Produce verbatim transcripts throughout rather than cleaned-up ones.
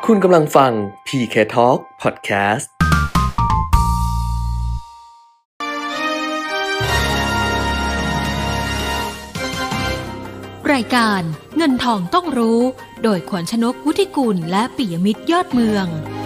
คุณกำลังฟัง พี เค Talk Podcast รายการเงินทองต้องรู้โดยขวัญชนกวุฒิกุลและปิยมิตรยอดเมือง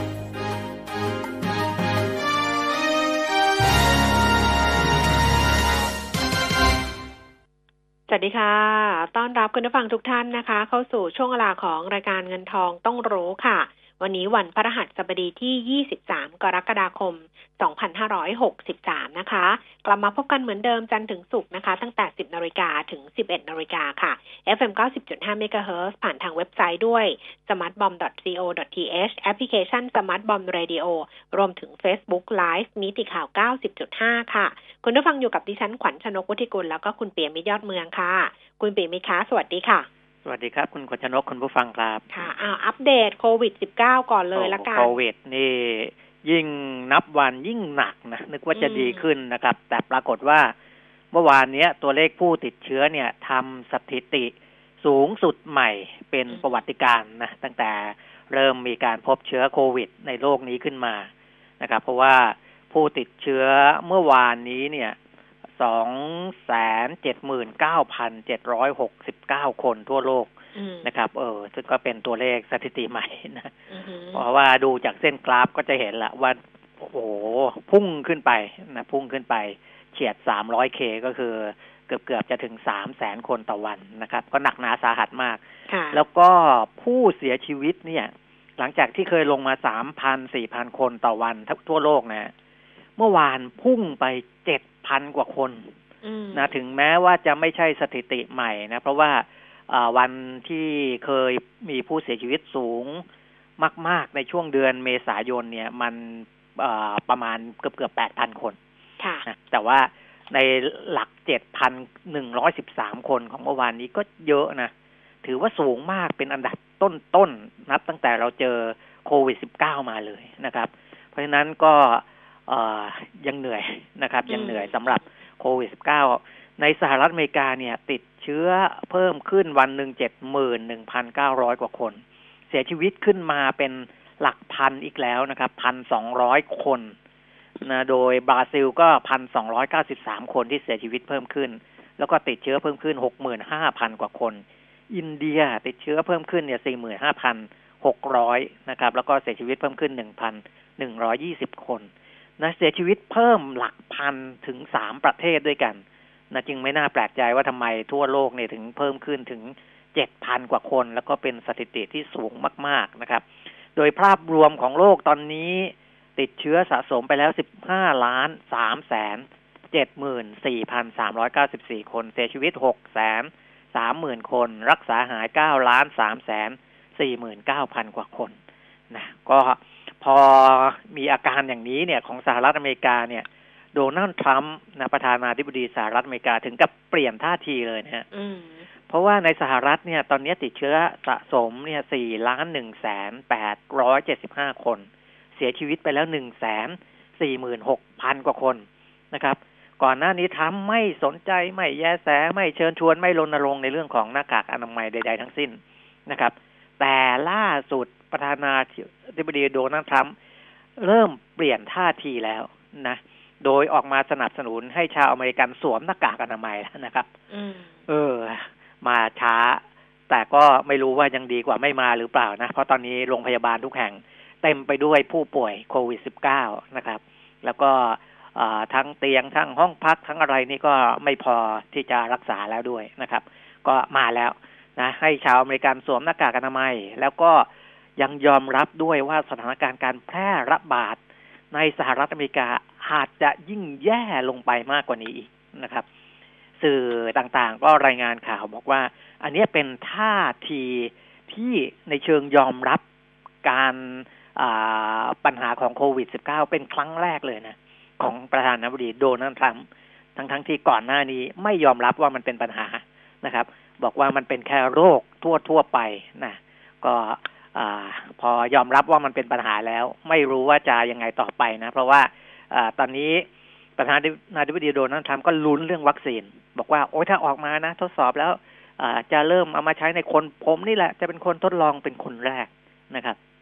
สวัสดีค่ะต้อนรับคุณผู้ฟังทุกท่านนะคะเข้าสู่ช่วงเวลาของรายการเงินทองต้องรู้ค่ะวันนี้วันพฤหัสบดีที่ยี่สิบสามกรกฎาคมสองพันห้าร้อยหกสิบสามนะคะกลับมาพบกันเหมือนเดิมจันทร์ถึงศุกร์นะคะตั้งแต่ สิบนาฬิกา ถึง สิบเอ็ดนาฬิกาค่ะ เอฟ เอ็ม เก้าสิบจุดห้า เมกะเฮิรตซ์ ผ่านทางเว็บไซต์ด้วย สมาร์ทบอม ดอท ซี โอ ดอท ที เอช แอปพลิเคชัน Smartbomb Radio รวมถึง Facebook Live มิติข่าว เก้าสิบจุดห้า ค่ะคุณผู้ฟังอยู่กับดิฉันขวัญชนกวุฒิกุลแล้วก็คุณเปียมิตรยอดเมืองค่ะคุณเปียมิตรคะสวัสดีค่ะสวัสดีครับคุณขวัญชนกคุณผู้ฟังครับค่ะอ้าวอัปเดตโควิด สิบเก้า ก่อนเลยละกันโควิดนี่ยิ่งนับวันยิ่งหนักนะนึกว่าจะดีขึ้นนะครับแต่ปรากฏว่าเมื่อวานนี้ตัวเลขผู้ติดเชื้อเนี่ยทำสถิติสูงสุดใหม่เป็นประวัติการณ์นะตั้งแต่เริ่มมีการพบเชื้อโควิดในโลกนี้ขึ้นมานะครับเพราะว่าผู้ติดเชื้อเมื่อวานนี้เนี่ย สองแสนเจ็ดหมื่นเก้าพันเจ็ดร้อยหกสิบเก้า คนทั่วโลกนะครับเออซึ่งก็เป็นตัวเลขสถิติใหม่นะเพราะว่าดูจากเส้นกราฟก็จะเห็นละว่าโอ้โหพุ่งขึ้นไปนะพุ่งขึ้นไปเฉียด สามร้อยเค ก็คือเกือบๆจะถึง สามแสน คนต่อวันนะครับก็หนักหนาสาหัสมากแล้วก็ผู้เสียชีวิตเนี่ยหลังจากที่เคยลงมา สามพัน สี่พัน คนต่อวันทั่วโลกนะเมื่อวานพุ่งไป เจ็ดพัน กว่าคนนะถึงแม้ว่าจะไม่ใช่สถิติใหม่นะเพราะว่าวันที่เคยมีผู้เสียชีวิตสูงมากๆในช่วงเดือนเมษายนเนี่ยมันประมาณเกือบๆ แปดพัน คนนะแต่ว่าในหลัก เจ็ดพันหนึ่งร้อยสิบสาม คนของเมื่อวานนี้ก็เยอะนะถือว่าสูงมากเป็นอันดับต้นๆนับตั้งแต่เราเจอโควิด สิบเก้า มาเลยนะครับเพราะฉะนั้นก็ยังเหนื่อยนะครับยังเหนื่อยสำหรับโควิด สิบเก้า ในสหรัฐอเมริกาเนี่ยติดเชื้อเพิ่มขึ้นวันหนึ่ง เจ็ดหมื่นหนึ่งพันเก้าร้อย กว่าคนเสียชีวิตขึ้นมาเป็นหลักพันอีกแล้วนะครับ หนึ่งพันสองร้อย คนนะโดยบราซิลก็ หนึ่งพันสองร้อยเก้าสิบสาม คนที่เสียชีวิตเพิ่มขึ้นแล้วก็ติดเชื้อเพิ่มขึ้น หกหมื่นห้าพัน กว่าคนอินเดียติดเชื้อเพิ่มขึ้นเนี่ย สี่หมื่นห้าพันหกร้อย นะครับแล้วก็เสียชีวิตเพิ่มขึ้น หนึ่งพันหนึ่งร้อยยี่สิบ คนนะเสียชีวิตเพิ่มหลักพันถึงสามประเทศด้วยกันนะจึงไม่น่าแปลกใจว่าทำไมทั่วโลกเนี่ยถึงเพิ่มขึ้นถึง เจ็ดพัน กว่าคนแล้วก็เป็นสถิติที่สูงมากๆนะครับโดยภาพรวมของโลกตอนนี้ติดเชื้อสะสมไปแล้ว สิบห้าล้านสามแสนเจ็ดหมื่นสี่พันสามร้อยเก้าสิบสี่ คนเสียชีวิต หกแสนสามหมื่น คนรักษาหาย เก้าล้านสามแสนสี่หมื่นเก้าพัน กว่าคนนะก็พอมีอาการอย่างนี้เนี่ยของสหรัฐอเมริกาเนี่ยโดนัลด์ทรัมป์นะประธานาธิบดีสหรัฐอเมริกาถึงกับเปลี่ยนท่าทีเลยนะฮะเพราะว่าในสหรัฐเนี่ยตอนนี้ติดเชื้อสะสมเนี่ย สี่ล้านหนึ่งแสนแปดร้อยเจ็ดสิบห้า คนเสียชีวิตไปแล้ว หนึ่งแสนสี่หมื่นหกพัน กว่าคนนะครับก่อนหน้านี้ทรัมป์ไม่สนใจไม่แยแสไม่เชิญชวนไม่รณรงค์ในเรื่องของหน้ากากอนามัยใดๆทั้งสิ้นนะครับแต่ล่าสุดประธานาธิบดีโดนัลด์ทรัมป์เริ่มเปลี่ยนท่าทีแล้วนะโดยออกมาสนับสนุนให้ชาวอเมริกันสวมหน้ากากอนามัยแล้วนะครับเออมาช้าแต่ก็ไม่รู้ว่ายังดีกว่าไม่มาหรือเปล่านะเพราะตอนนี้โรงพยาบาลทุกแห่งเต็มไปด้วยผู้ป่วยโควิด สิบเก้า นะครับแล้วก็ทั้งเตียงทั้งห้องพักทั้งอะไรนี่ก็ไม่พอที่จะรักษาแล้วด้วยนะครับก็มาแล้วนะให้ชาวอเมริกันสวมหน้ากากอนามัยแล้วก็ยังยอมรับด้วยว่าสถานการณ์การแพร่ระบาดในสหรัฐอเมริกาอาจจะยิ่งแย่ลงไปมากกว่านี้อีกนะครับสื่อต่างๆก็รายงานข่าวบอกว่าอันนี้เป็นท่าทีที่ในเชิงยอมรับการปัญหาของโควิด สิบเก้า เป็นครั้งแรกเลยนะของประธานาธิบดีโดนัลด์ทรัมป์ทั้งๆที่ก่อนหน้านี้ไม่ยอมรับว่ามันเป็นปัญหานะครับบอกว่ามันเป็นแค่โรคทั่วๆไปนะก็อ่าพอยอมรับว่ามันเป็นปัญหาแล้วไม่รู้ว่าจะยังไงต่อไปนะเพราะว่าอ่าตอนนี้ประธานาธิบดีโดนัลด์ทรัมป์ก็ลุ้นเรื่องวัคซีนบอกว่าโอ้ยถ้าออกมานะทดสอบแล้วอ่าจะเริ่มเอามาใช้ในคนผมนี่แหละจะเป็นคนทดลองเป็นคนแรกนะครับ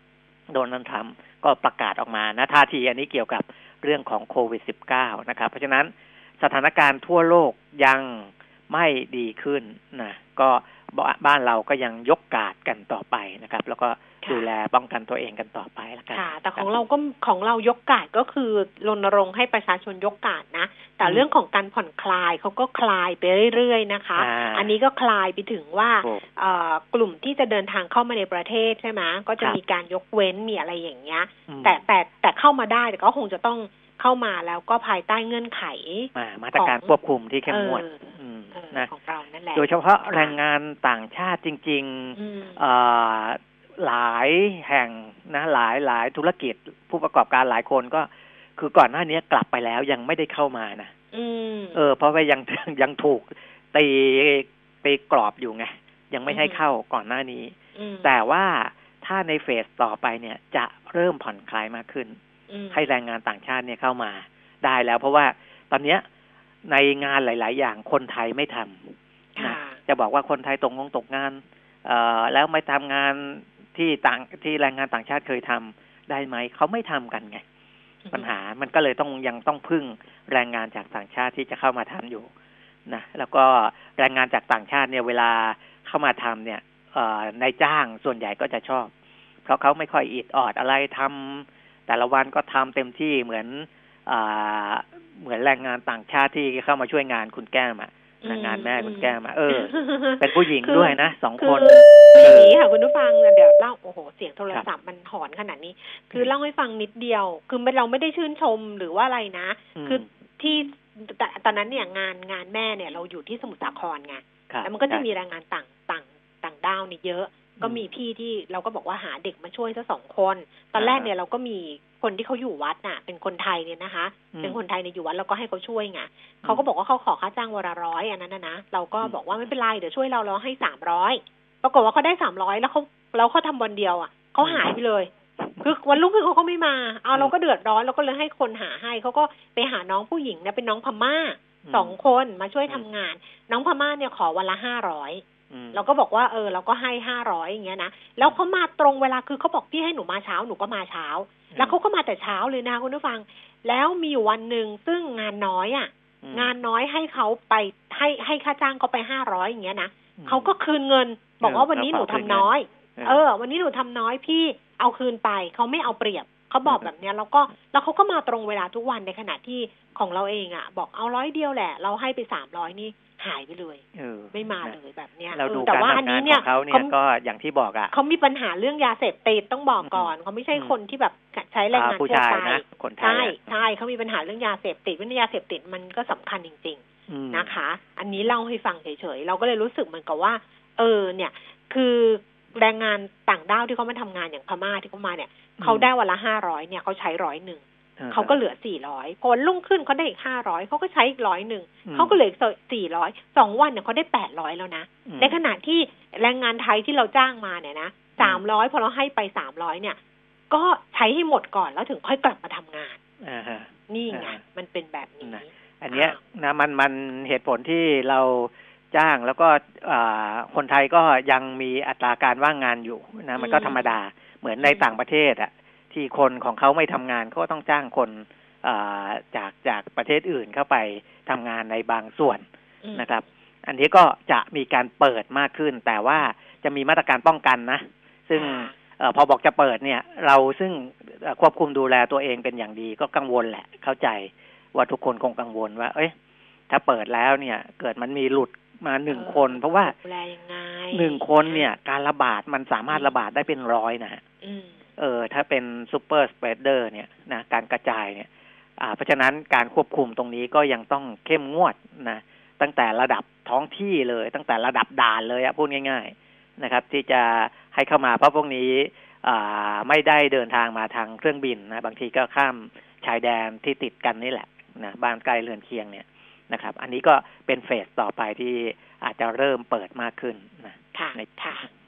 โดนัลด์ทรัมป์ก็ประกาศออกมานะท่าทีอันนี้เกี่ยวกับเรื่องของโควิด สิบเก้า นะครับเพราะฉะนั้นสถานการณ์ทั่วโลกยังไม่ดีขึ้นนะก็บ้านเราก็ยังยกการ์ดกันต่อไปนะครับแล้วก็ดูแลป้องกันตัวเองกันต่อไปแล้วกันค่ะแต่ของเราก็ของเรายกการ์ดก็คือรณรงค์ให้ประชาชนยกการ์ดนะแต่เรื่องของการผ่อนคลายเขาก็คลายไปเรื่อยๆนะคะอันนี้ก็คลายไปถึงว่ากลุ่มที่จะเดินทางเข้ามาในประเทศใช่ไหมก็จะมีการยกเว้นมีอะไรอย่างเงี้ยแต่แต่แต่เข้ามาได้แต่ก็คงจะต้องเข้ามาแล้วก็ภายใต้เงื่อนไขมาตรการควบคุมที่เข้มงวดนะของเรานั่นแหละโดยเฉพาะแรงงานต่างชาติจริงๆหลายแห่งนะหลายหลายธุรกิจผู้ประกอบการหลายคนก็คือก่อนหน้านี้กลับไปแล้วยังไม่ได้เข้ามานะเออเพราะว่ายังยังถูกตีตีกรอบอยู่ไงยังไม่ให้เข้าก่อนหน้านี้แต่ว่าถ้าในเฟสต่อไปเนี่ยจะเริ่มผ่อนคลายมากขึ้นให้แรงงานต่างชาติเนี่ยเข้ามาได้แล้วเพราะว่าตอนเนี้ยในงานหลายๆอย่างคนไทยไม่ทำนะจะบอกว่าคนไทยตกงงตกงานเอ่อแล้วไม่ทำงานที่ต่างที่แรงงานต่างชาติเคยทำได้ไหมเขาไม่ทำกันไงปัญหามันก็เลยต้องยังต้องพึ่งแรงงานจากต่างชาติที่จะเข้ามาทำอยู่นะแล้วก็แรงงานจากต่างชาติเนี่ยเวลาเข้ามาทำเนี่ยนายจ้างส่วนใหญ่ก็จะชอบเพราะเขาไม่ค่อยอิดออดอะไรทำแต่ละวันก็ทำเต็มที่เหมือนอ่าเหมือนแรงงานต่างชาติที่เข้ามาช่วยงานคุณแก้มอ่ะงานแม่คุณแก้มอ่ะเออเป็นผู้หญิงด้วยนะสองคนอย่างนี้ค่ะคุณผู้ฟังเดี๋ยวเล่าโอ้โหเสียงโทรศัพท์มันหอนขนาดนี้คือเล่าให้ฟังนิดเดียวคือเราไม่ได้ชื่นชมหรือว่าอะไรนะคือที่ตอนนั้นเนี่ยงานงานแม่เนี่ยเราอยู่ที่สมุทรสาครไงแล้วมันก็จะมีแรงงานต่างต่างต่างด้าวนี่เยอะก็มีพี่ที่เราก็บอกว่าหาเด็กมาช่วยสักสองคนตอนแรกเนี่ยเราก็มีคนที่เขาอยู่วัดน่ะเป็นคนไทยเนี่ยนะคะเป็นคนไทยในอยู่วัดเราก็ให้เขาช่วยไงเขาก็บอกว่าเขาขอค่าจ้างวันละร้อยอันนั้นนะนะเราก็บอกว่าไม่เป็นไรเดี๋ยวช่วยเราเราให้สามร้อยปรากฏว่าเขาได้สามร้อยแล้วเขาแล้วเขาทำวันเดียวอ่ะเขาหายไปเลยคือวันรุ่งขึ้นเขาก็ไม่มาเอาเราก็เดือดร้อนเราก็เลยให้คนหาให้เขาก็ไปหาน้องผู้หญิงนะเป็นน้องพม่าสองคนมาช่วยทำงานน้องพม่าเนี่ยขอวันละห้าร้อยเราก็บอกว่าเออเราก็ให้ห้าร้อยอย่างเงี้ยนะแล้วเขามาตรงเวลาคือเขาบอกพี่ให้หนูมาเช้าหนูก็มาเช้าแล้วเขาก็มาแต่เช้าเลยนะคุณผู้ฟังแล้วมีอยู่วันนึงซึ่งงานน้อยอ่ะงานน้อยให้เขาไปให้ให้ค่าจ้างเขาไปห้าร้อยอย่างเงี้ยนะเขาก็คืนเงินบอกว่าวันนี้หนูทำน้อยเออวันนี้หนูทำน้อยพี่เอาคืนไปเขาไม่เอาเปรียบเขาบอกแบบเนี้ยแล้วก็แล้วเขาก็มาตรงเวลาทุกวันในขณะที่ของเราเองอ่ะบอกเอาร้อยเดียวแหละเราให้ไปสามร้อยนี่หายไปเลยไม่มาเลยแบบเนี้ยแต่ว่าอันนี้เนี่ยเขาเนี่ยก็อย่างที่บอกอ่ะเขามีปัญหาเรื่องยาเสพติดต้องบอกก่อนเขาไม่ใช่คนที่แบบใช้แรงงานทั่วไปใช่ใช่เขามีปัญหาเรื่องยาเสพติดวิทยาเสพติดมันก็สำคัญจริงๆนะคะอันนี้เล่าให้ฟังเฉยๆเราก็เลยรู้สึกเหมือนกับว่าเออเนี่ยคือแรงงานต่างด้าวที่เขามาทำงานอย่างพม่าที่เขามาเนี่ยเขาได้วันละห้าร้อยเนี่ยเขาใช้ร้อยหนึ่งเขาก็เหลือสี่ร้อยพอรุ่งขึ้นเขาได้อีกห้าร้อยเขาก็ใช้อีกร้อยหนึ่งเขาก็เหลืออีกสี่ร้อยสองวันเนี่ยเขาได้แปดร้อยแล้วนะในขณะที่แรงงานไทยที่เราจ้างมาเนี่ยนะสามร้อยพอเราให้ไปสามร้อยเนี่ยก็ใช้ให้หมดก่อนแล้วถึงค่อยกลับมาทำงานนี่ไงมันเป็นแบบนี้อันเนี้ยนะมันมันเหตุผลที่เราจ้างแล้วก็คนไทยก็ยังมีอัตราการว่างงานอยู่นะมันก็ธรรมดาเหมือนในต่างประเทศอ่ะที่คนของเขาไม่ทำงานเขาก็ต้องจ้างคนจากจากประเทศอื่นเข้าไปทำงานในบางส่วนนะครับอันนี้ก็จะมีการเปิดมากขึ้นแต่ว่าจะมีมาตรการป้องกันนะซึ่งพอบอกจะเปิดเนี่ยเราซึ่งควบคุมดูแลตัวเองเป็นอย่างดีก็กังวลแหละเข้าใจว่าทุกคนคงกังวลว่าเอ้ยถ้าเปิดแล้วเนี่ยเกิดมันมีหลุดมาหนึ่งคนเพราะว่าหนึ่งคนเนี่ยการระบาดมันสามารถระบาดได้เป็นร้อยนะฮะเออถ้าเป็นซูเปอร์สเปรดเดอร์เนี่ยนะการกระจายเนี่ยอ่าเพราะฉะนั้นการควบคุมตรงนี้ก็ยังต้องเข้มงวดนะตั้งแต่ระดับท้องที่เลยตั้งแต่ระดับด่านเลยอะพูดง่ายๆนะครับที่จะให้เข้ามาเพราะพวกนี้อ่าไม่ได้เดินทางมาทางเครื่องบินนะบางทีก็ข้ามชายแดนที่ติดกันนี่แหละนะบ้านใกล้เรือนเคียงเนี่ยนะครับอันนี้ก็เป็นเฟสต่อไปที่อาจจะเริ่มเปิดมากขึ้นนะค่ะค่ะ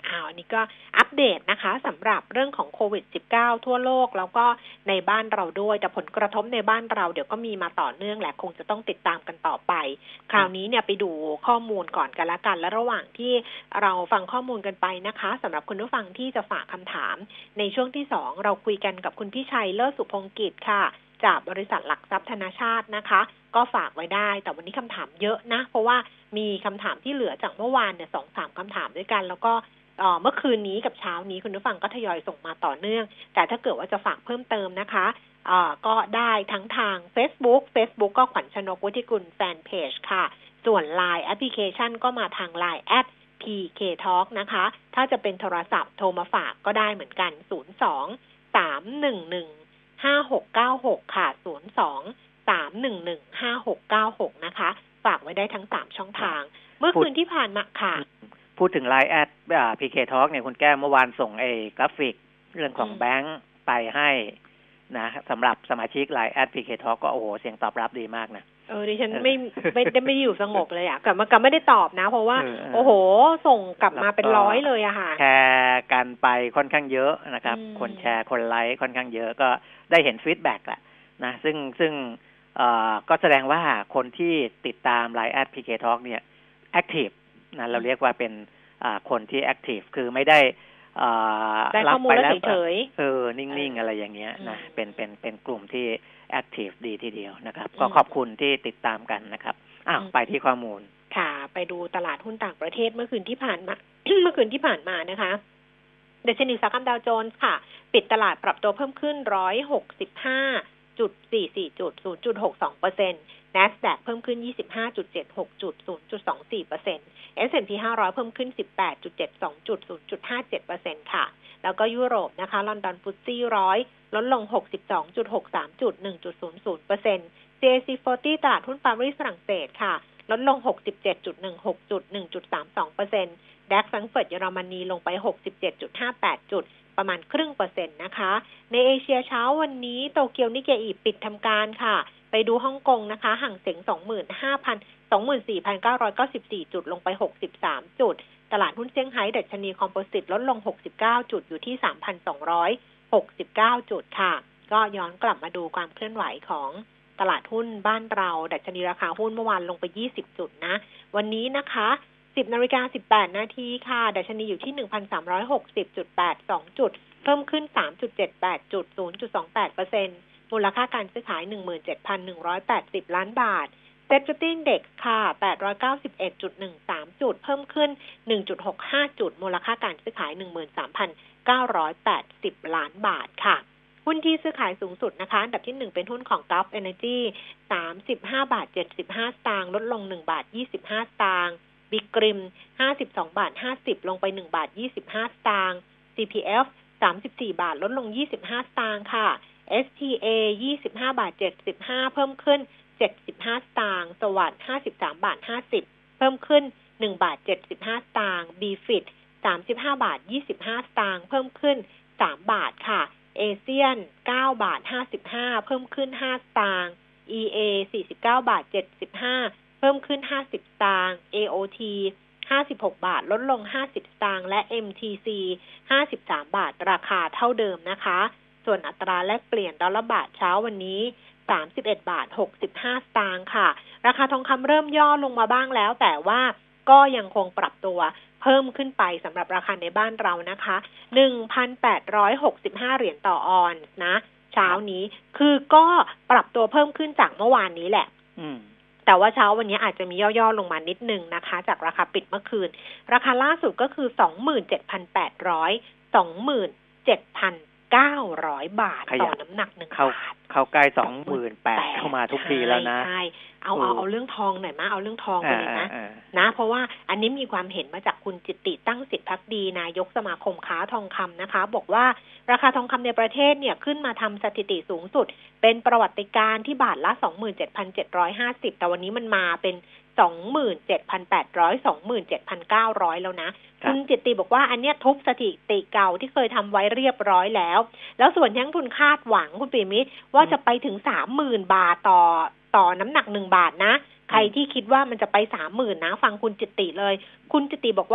อ้าวอันนี้ก็อัปเดตนะคะสำหรับเรื่องของโควิด สิบเก้า ทั่วโลกแล้วก็ในบ้านเราด้วยแต่ผลกระทบในบ้านเราเดี๋ยวก็มีมาต่อเนื่องแหละคงจะต้องติดตามกันต่อไปคราวนี้เนี่ยไปดูข้อมูลก่อนกันละกันและระหว่างที่เราฟังข้อมูลกันไปนะคะสำหรับคุณผู้ฟังที่จะฝากคำถามในช่วงที่สองเราคุยกันกับคุณพี่ชัยเลิศสุพงกิจค่ะจากบริษัทหลักทรัพย์ธนาชาตินะคะก็ฝากไว้ได้แต่วันนี้คำถามเยอะนะเพราะว่ามีคำถามที่เหลือจากเมื่อวานเนี่ย สองสาม คำถามด้วยกันแล้วก็เมื่อคืนนี้กับเช้านี้คุณผู้ฟังก็ทยอยส่งมาต่อเนื่องแต่ถ้าเกิดว่าจะฝากเพิ่มเติมนะคะก็ได้ทั้งทาง Facebook Facebook ก็ขวัญชนกวุฒิกุลแฟนเพจค่ะส่วน ไลน์ แอปพลิเคชันก็มาทาง ไลน์ แอท พี เค ทอล์ก นะคะถ้าจะเป็นโทรศัพท์โทรมาฝากก็ได้เหมือนกันศูนย์ สอง สาม หนึ่ง หนึ่ง ห้า หก เก้า หกค่ะศูนย์ สอง สาม หนึ่ง หนึ่ง ห้า หก เก้า หกนะคะฝากไว้ได้ทั้งสามช่องทางเมื่อคืนที่ผ่านมาค่ะพูดถึง ไลน์ แอด พี เค Talk เนี่ยคุณแก้วเมื่อวานส่งไอ้กราฟิกเรื่องของแบงค์ไปให้นะสำหรับสมาชิก ไลน์ แอด พี เค Talk ก็โอ้โหเสียงตอบรับดีมากนะเออดิฉันไม่ไม่ได้ไม่อยู่สงบเลยอ่ะกลับมากลับไม่ได้ตอบนะเพราะว่าโอ้โหส่งกลับมาเป็นร้อยเลยอะค่ะแชร์กันไปค่อนข้างเยอะนะครับคนแชร์คนไลค์ค่อนข้างเยอะก็ได้เห็นฟีดแบ็กแหละนะซึ่งซึ่งเอ่อก็แสดงว่าคนที่ติดตาม ไลน์ แอด พี เค Talk เนี่ยแอคทีฟนะเราเรียกว่าเป็นคนที่แอคทีฟคือไม่ได้รับไปแล้วเฉยๆเออนิ่งๆอะไรอย่างเงี้ยนะเป็นเป็นเป็นกลุ่มที่แอคทีฟดีทีเดียวนะครับก็ขอบคุณที่ติดตามกันนะครับอ้าวไปที่ข้อมูลค่ะไปดูตลาดหุ้นต่างประเทศเมื่อคืนที่ผ่านมา เมื่อคืนที่ผ่านมานะคะดัชนีอุตสาหกรรมดาวโจนส์ค่ะปิดตลาดปรับตัวเพิ่มขึ้นหนึ่งร้อยหกสิบห้าจุดสี่สี่ จุด ศูนย์จุดหกสองเปอร์เซ็นต์ NASDAQ เพิ่มขึ้น ยี่สิบห้าจุดเจ็ดหก จุด ศูนย์จุดสองสี่เปอร์เซ็นต์ เอส แอนด์ พี ห้าร้อยเพิ่มขึ้น สิบแปดจุดเจ็ดสอง จุด ศูนย์จุดห้าเจ็ดเปอร์เซ็นต์ ค่ะแล้วก็ยุโรปนะคะลอนดอนฟุตซี่หนึ่งร้อยลดลง หกสิบสองจุดหกสาม จุด หนึ่งจุดศูนย์ศูนย์เปอร์เซ็นต์ ซี เอ ซี สี่สิบ ตลาดหุ้นปารีสฝรั่งเศสค่ะลดลง หกสิบเจ็ดจุดหนึ่งหก จุด หนึ่งจุดสามสองเปอร์เซ็นต์ ดัค แฟรงก์เฟิร์ตเยอรมนีลงไป หกสิบเจ็ดจุดห้าแปด จุดประมาณครึ่งเปอร์เซ็นต์นะคะในเอเชียเช้าวันนี้โตเกียวนิเกอิปิดทำการค่ะไปดูฮ่องกงนะคะห่างเส็ง สองหมื่นห้าพัน สองหมื่นสี่พันเก้าร้อยเก้าสิบสี่ จุดลงไปหกสิบสามจุดตลาดหุ้นเซี่ยงไฮ้ดัชนีคอมโพสิตลดลงหกสิบเก้าจุดอยู่ที่ สามพันสองร้อยหกสิบเก้า จุดค่ะก็ย้อนกลับมาดูความเคลื่อนไหวของตลาดหุ้นบ้านเราดัชนีราคาหุ้นเมื่อวานลงไปยี่สิบจุดนะวันนี้นะคะสิบนาฬิกาสิบแปดนาทีค่ะดัชนีอยู่ที่ หนึ่งพันสามร้อยหกสิบจุดแปดสอง จุดเพิ่มขึ้น สามจุดเจ็ดแปด จุด ศูนย์จุดสองแปดเปอร์เซ็นต์ มูลค่าการซื้อขาย หนึ่งหมื่นเจ็ดพันหนึ่งร้อยแปดสิบ ล้านบาทเซ็ตฟิฟตี้ Index ค่ะ แปดร้อยเก้าสิบเอ็ดจุดหนึ่งสาม จุดเพิ่มขึ้น หนึ่งจุดหกห้า จุดมูลค่าการซื้อขาย หนึ่งหมื่นสามพันเก้าร้อยแปดสิบ ล้านบาทค่ะหุ้นที่ซื้อขายสูงสุดนะคะอันดับที่หนึ่งเป็นหุ้นของ Gulf Energy สามสิบห้าบาทเจ็ดสิบห้าสตางค์ลดลงหนึ่งบาทยี่สิบห้าสตางค์บิ๊กกริมห้าสิบสองบาทห้าสิบลงไปหนึ่งบาทยี่สิบห้าสตางค์ ซี พี เอฟ สามสิบสี่บาทลดลงยี่สิบห้าสตางค์ค่ะ เอส ที เอ ยี่สิบห้าบาทเจ็ดสิบห้าเพิ่มขึ้นเจ็ดสิบห้าสตางค์สวัสดิ์ห้าสิบสามบาทห้าสิบเพิ่มขึ้นหนึ่งบาทเจ็ดสิบห้าสตางค์ บี เอฟ ไอ ที สามสิบห้าบาทยี่สิบห้าสตางค์เพิ่มขึ้นสามบาทค่ะเอเชียนเก้าบาทห้าสิบห้าเพิ่มขึ้นห้าสตางค์ อี เอ สี่สิบเก้าบาทเจ็ดสิบห้าเพิ่มขึ้นห้าสิบสตางค์ เอ โอ ที ห้าสิบหกบาทลดลงห้าสิบสตางค์และ เอ็ม ที ซี ห้าสิบสามบาทราคาเท่าเดิมนะคะส่วนอัตราแลกเปลี่ยนดอลลาร์บาทเช้าวันนี้สามสิบเอ็ดบาทหกสิบห้าสตางค์ค่ะราคาทองคำเริ่มย่อลงมาบ้างแล้วแต่ว่าก็ยังคงปรับตัวเพิ่มขึ้นไปสำหรับราคาในบ้านเรานะคะ หนึ่งพันแปดร้อยหกสิบห้า เหรียญต่อออนซ์นะเช้านี้คือก็ปรับตัวเพิ่มขึ้นจากเมื่อวานนี้แหละแต่ว่าเช้าวันนี้อาจจะมีย่อๆลงมานิดนึงนะคะจากราคาปิดเมื่อคืนราคาล่าสุดก็คือ สองหมื่นเจ็ดพันแปดร้อย สองหมื่นเจ็ดพันเก้าร้อยบาทต่อน้ำหนักหนึ่งบาทเข้าใกล้ สองหมื่นแปดพัน เข้ามาทุกทีแล้วนะใช่เอาเอาเอาเรื่องทองหน่อยมาเอาเรื่องทองไปเลยนะนะเพราะว่าอันนี้มีความเห็นมาจากคุณจิตติตั้งสิทธิภักดีนายกสมาคมค้าทองคำนะคะบอกว่าราคาทองคำในประเทศเนี่ยขึ้นมาทำสถิติสูงสุดเป็นประวัติการณ์ที่บาทละ สองหมื่นเจ็ดพันเจ็ดร้อยห้าสิบ แต่วันนี้มันมาเป็น สองหมื่นเจ็ดพันแปดร้อย สองหมื่นเจ็ดพันเก้าร้อย แล้วนะคุณจิตติบอกว่าอันเนี้ยทุบสถิติเก่าที่เคยทำไว้เรียบร้อยแล้วแล้วส่วนนักทุนคาดหวังคุณปิมิตรว่าจะไปถึง สามหมื่นบาทต่อต่อน้ำหนักหนึ่งบาทนะใครที่คิดว่ามันจะไป สามหมื่นนะฟังคุณจิตติเลยคุณจิตติบอกว่า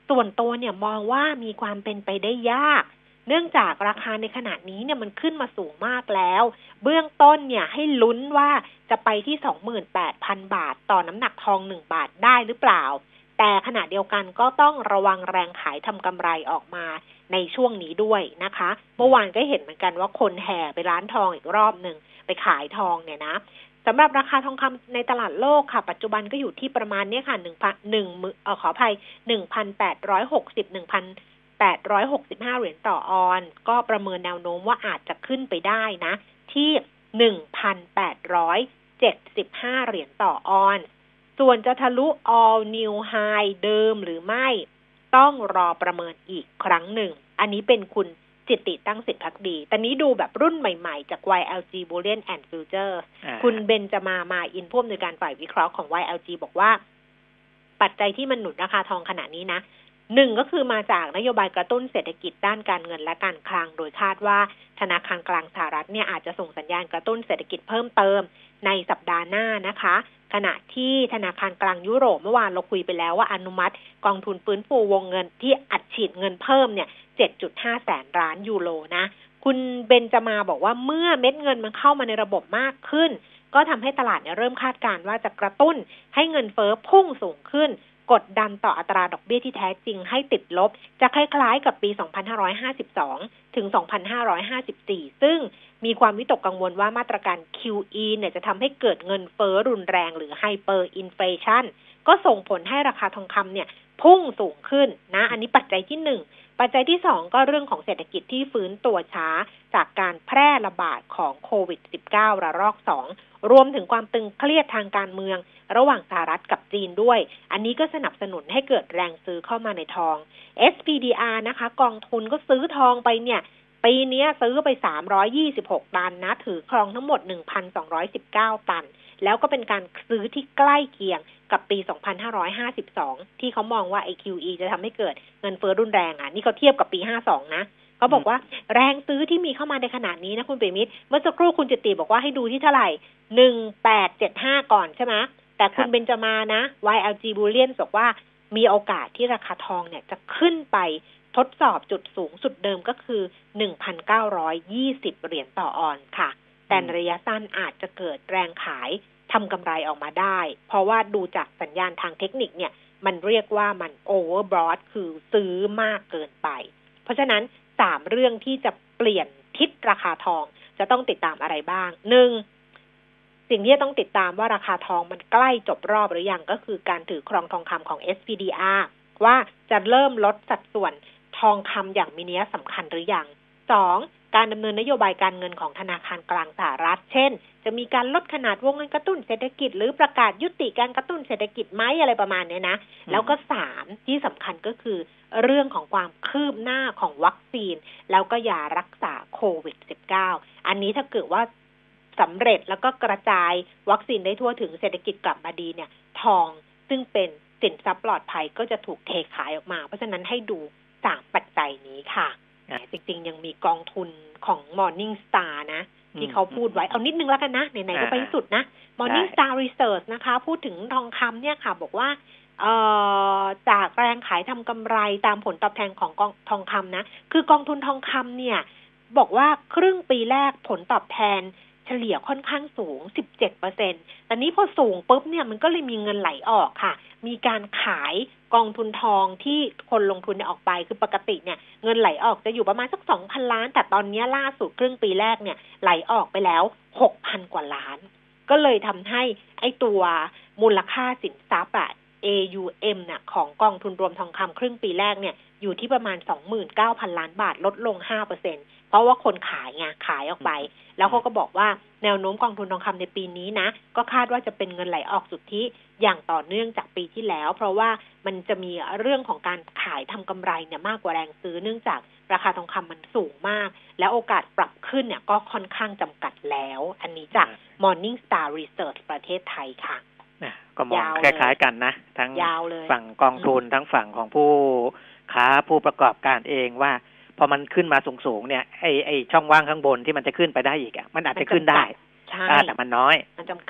ส่วนตัวเนี่ยมองว่ามีความเป็นไปได้ยากเนื่องจากราคาในขณะนี้เนี่ยมันขึ้นมาสูงมากแล้วเบื้องต้นเนี่ยให้ลุ้นว่าจะไปที่ สองหมื่นแปดพัน บาทต่อน้ำหนักทองหนึ่งบาทได้หรือเปล่าแต่ขณะเดียวกันก็ต้องระวังแรงขายทำกำไรออกมาในช่วงนี้ด้วยนะคะเมื่อวานก็เห็นเหมือนกันว่าคนแห่ไปร้านทองอีกรอบหนึ่งไปขายทองเนี่ยนะสำหรับราคาทองคำในตลาดโลกค่ะปัจจุบันก็อยู่ที่ประมาณนี้ค่ะหนึ่งพันหนึ่งเอ่อขออภัย หนึ่งพันแปดร้อยหกสิบ หนึ่งพันแปดร้อยหกสิบห้า เหรียญต่อออนซ์ก็ประเมินแนวโน้มว่าอาจจะขึ้นไปได้นะที่ หนึ่งพันแปดร้อยเจ็ดสิบห้า เหรียญต่อออนซ์ส่วนจะทะลุ all new high เดิมหรือไม่ต้องรอประเมินอีกครั้งหนึ่งอันนี้เป็นคุณจิตติตั้งสิทธิภักดีตอนนี้ดูแบบรุ่นใหม่ๆจาก วาย แอล จี Bullion and Futures คุณเบนจามามาอินผู้อำนวยการฝ่ายวิเคราะห์ของ วาย แอล จี บอกว่าปัจจัยที่มันหนุนราคาทองขณะนี้นะหนึ่งก็คือมาจากนโยบายกระตุ้นเศรษฐกิจด้านการเงินและการคลังโดยคาดว่าธนาคารกลางสหรัฐเนี่ยอาจจะส่งสัญญาณกระตุ้นเศรษฐกิจเพิ่มเติมในสัปดาห์หน้านะคะขณะที่ธนาคารกลางยุโรปเมื่อวานเราคุยไปแล้วว่าอนุมัติกองทุนฟื้นฟูวงเงินที่อัดฉีดเงินเพิ่มเนี่ย เจ็ดจุดห้า แสนล้านยูโรนะคุณเบนจามาบอกว่าเมื่อเม็ดเงินมันเข้ามาในระบบมากขึ้นก็ทำให้ตลาดเนี่ยเริ่มคาดการณ์ว่าจะกระตุ้นให้เงินเฟ้อพุ่งสูงขึ้นกดดันต่ออัตราดอกเบี้ยที่แท้จริงให้ติดลบจะคล้ายๆกับปี สองพันห้าร้อยห้าสิบสอง ถึง สองพันห้าร้อยห้าสิบสี่ ซึ่งมีความวิตกกังวลว่ามาตรการ คิว อี เนี่ยจะทำให้เกิดเงินเฟ้อรุนแรงหรือไฮเปอร์อินเฟลชันก็ส่งผลให้ราคาทองคำเนี่ยพุ่งสูงขึ้นนะอันนี้ปัจจัยที่หนึ่งปัจจัยที่สองก็เรื่องของเศรษฐกิจที่ฟื้นตัวช้าจากการแพร่ระบาดของโควิด สิบเก้า ระลอกสองรวมถึงความตึงเครียดทางการเมืองระหว่างสหรัฐกับจีนด้วยอันนี้ก็สนับสนุนให้เกิดแรงซื้อเข้ามาในทอง เอส พี ดี อาร์ นะคะกองทุนก็ซื้อทองไปเนี่ยปีนี้ซื้อไปสามร้อยยี่สิบหกตันนะถือครองทั้งหมด หนึ่งพันสองร้อยสิบเก้า ตันแล้วก็เป็นการซื้อที่ใกล้เคียงกับปี สองพันห้าร้อยห้าสิบสอง ที่เขามองว่า ไอ้ คิว อี จะทำให้เกิดเงินเฟ้อรุนแรงอ่ะนี่เขาเทียบกับปีห้าสิบสองนะเขาบอกว่าแรงซื้อที่มีเข้ามาในขณะนี้นะคุณเปรมิตรเมื่อสักครู่คุณจิตติบอกว่าให้ดูที่เท่าไหร่หนึ่งพันแปดร้อยเจ็ดสิบห้าก่อนใช่ไหมแต่คุณเบนจามานะ วาย แอล จี Bullion บอกว่ามีโอกาสที่ราคาทองเนี่ยจะขึ้นไปทดสอบจุดสูงสุดเดิมก็คือ หนึ่งพันเก้าร้อยยี่สิบ เหรียญต่อออนซ์ค่ะแต่ระยะสั้นอาจจะเกิดแรงขายทำกำไรออกมาได้เพราะว่าดูจากสัญญาณทางเทคนิคเนี่ยมันเรียกว่ามันโอเวอร์บรอทคือซื้อมากเกินไปเพราะฉะนั้นสามเรื่องที่จะเปลี่ยนทิศราคาทองจะต้องติดตามอะไรบ้างหนึ่งสิ่งที่ต้องติดตามว่าราคาทองมันใกล้จบรอบหรือยังก็คือการถือครองทองคำของ เอส พี ดี อาร์ ว่าจะเริ่มลดสัดส่วนทองคำอย่างมีนัยสำคัญหรือยังสองการดำเนินนโยบายการเงินของธนาคารกลางสหรัฐเช่นจะมีการลดขนาดวงเงินกระตุ้นเศรษฐกิจหรือประกาศยุติการกระตุ้นเศรษฐกิจไหมอะไรประมาณนี้นะแล้วก็สามที่สำคัญก็คือเรื่องของความคืบหน้าของวัคซีนแล้วก็ยารักษาโควิด สิบเก้า อันนี้ถ้าเกิดว่าสำเร็จแล้วก็กระจายวัคซีนได้ทั่วถึงเศรษฐกิจกลับมาดีเนี่ยทองซึ่งเป็นสินทรัพย์ปลอดภัยก็จะถูกเทขายออกมาเพราะฉะนั้นให้ดูสามปัจจัยนี้ค่ะจริงๆยังมีกองทุนของ Morning Star นะที่เขาพูดไว้เอานิดนึงแล้วกันนะไหนๆก็ไปที่สุดนะ Morning Star Research นะคะพูดถึงทองคำเนี่ยค่ะบอกว่าเอ่อจากแรงขายทำกำไรตามผลตอบแทนของกองทองคำนะคือกองทุนทองคำเนี่ยบอกว่าครึ่งปีแรกผลตอบแทนเฉลี่ยค่อนข้างสูง สิบเจ็ดเปอร์เซ็นต์ แต่นี้พอสูงปุ๊บเนี่ยมันก็เลยมีเงินไหลออกค่ะมีการขายกองทุนทองที่คนลงทุนเนี่ยออกไปคือปกติเนี่ยเงินไหลออกจะอยู่ประมาณสัก สองพัน ล้านแต่ตอนนี้ล่าสุดครึ่งปีแรกเนี่ยไหลออกไปแล้ว หกพัน กว่าล้านก็เลยทำให้ไอ้ตัวมูลค่าสินทรัพย์อะ เอ ยู เอ็ม น่ะของกองทุนรวมทองคำครึ่งปีแรกเนี่ยอยู่ที่ประมาณ สองหมื่นเก้าพัน ล้านบาทลดลง ห้าเปอร์เซ็นต์ เพราะว่าคนขายไงขายออกไปแล้วเขาก็บอกว่าแนวโน้มกองทุนทองคำในปีนี้นะก็คาดว่าจะเป็นเงินไหลออกสุทธิอย่างต่อเนื่องจากปีที่แล้วเพราะว่ามันจะมีเรื่องของการขายทำกำไรเนี่ยมากกว่าแรงซื้อเนื่องจากราคาทองคำมันสูงมากแล้วโอกาสปรับขึ้นเนี่ยก็ค่อนข้างจำกัดแล้วอันนี้จาก Morning Star Research ประเทศไทยค่ะก็มองคล้ายๆกันนะทั้งฝั่งกองทุนทั้งฝั่งของผู้ค้าผู้ประกอบการเองว่าพอมันขึ้นมาสูงๆเนี่ยไอ้ไอ้ช่องว่างข้างบนที่มันจะขึ้นไปได้อีกอ่ะมันอาจจะขึ้นได้แต่มันน้อยมันจำกัด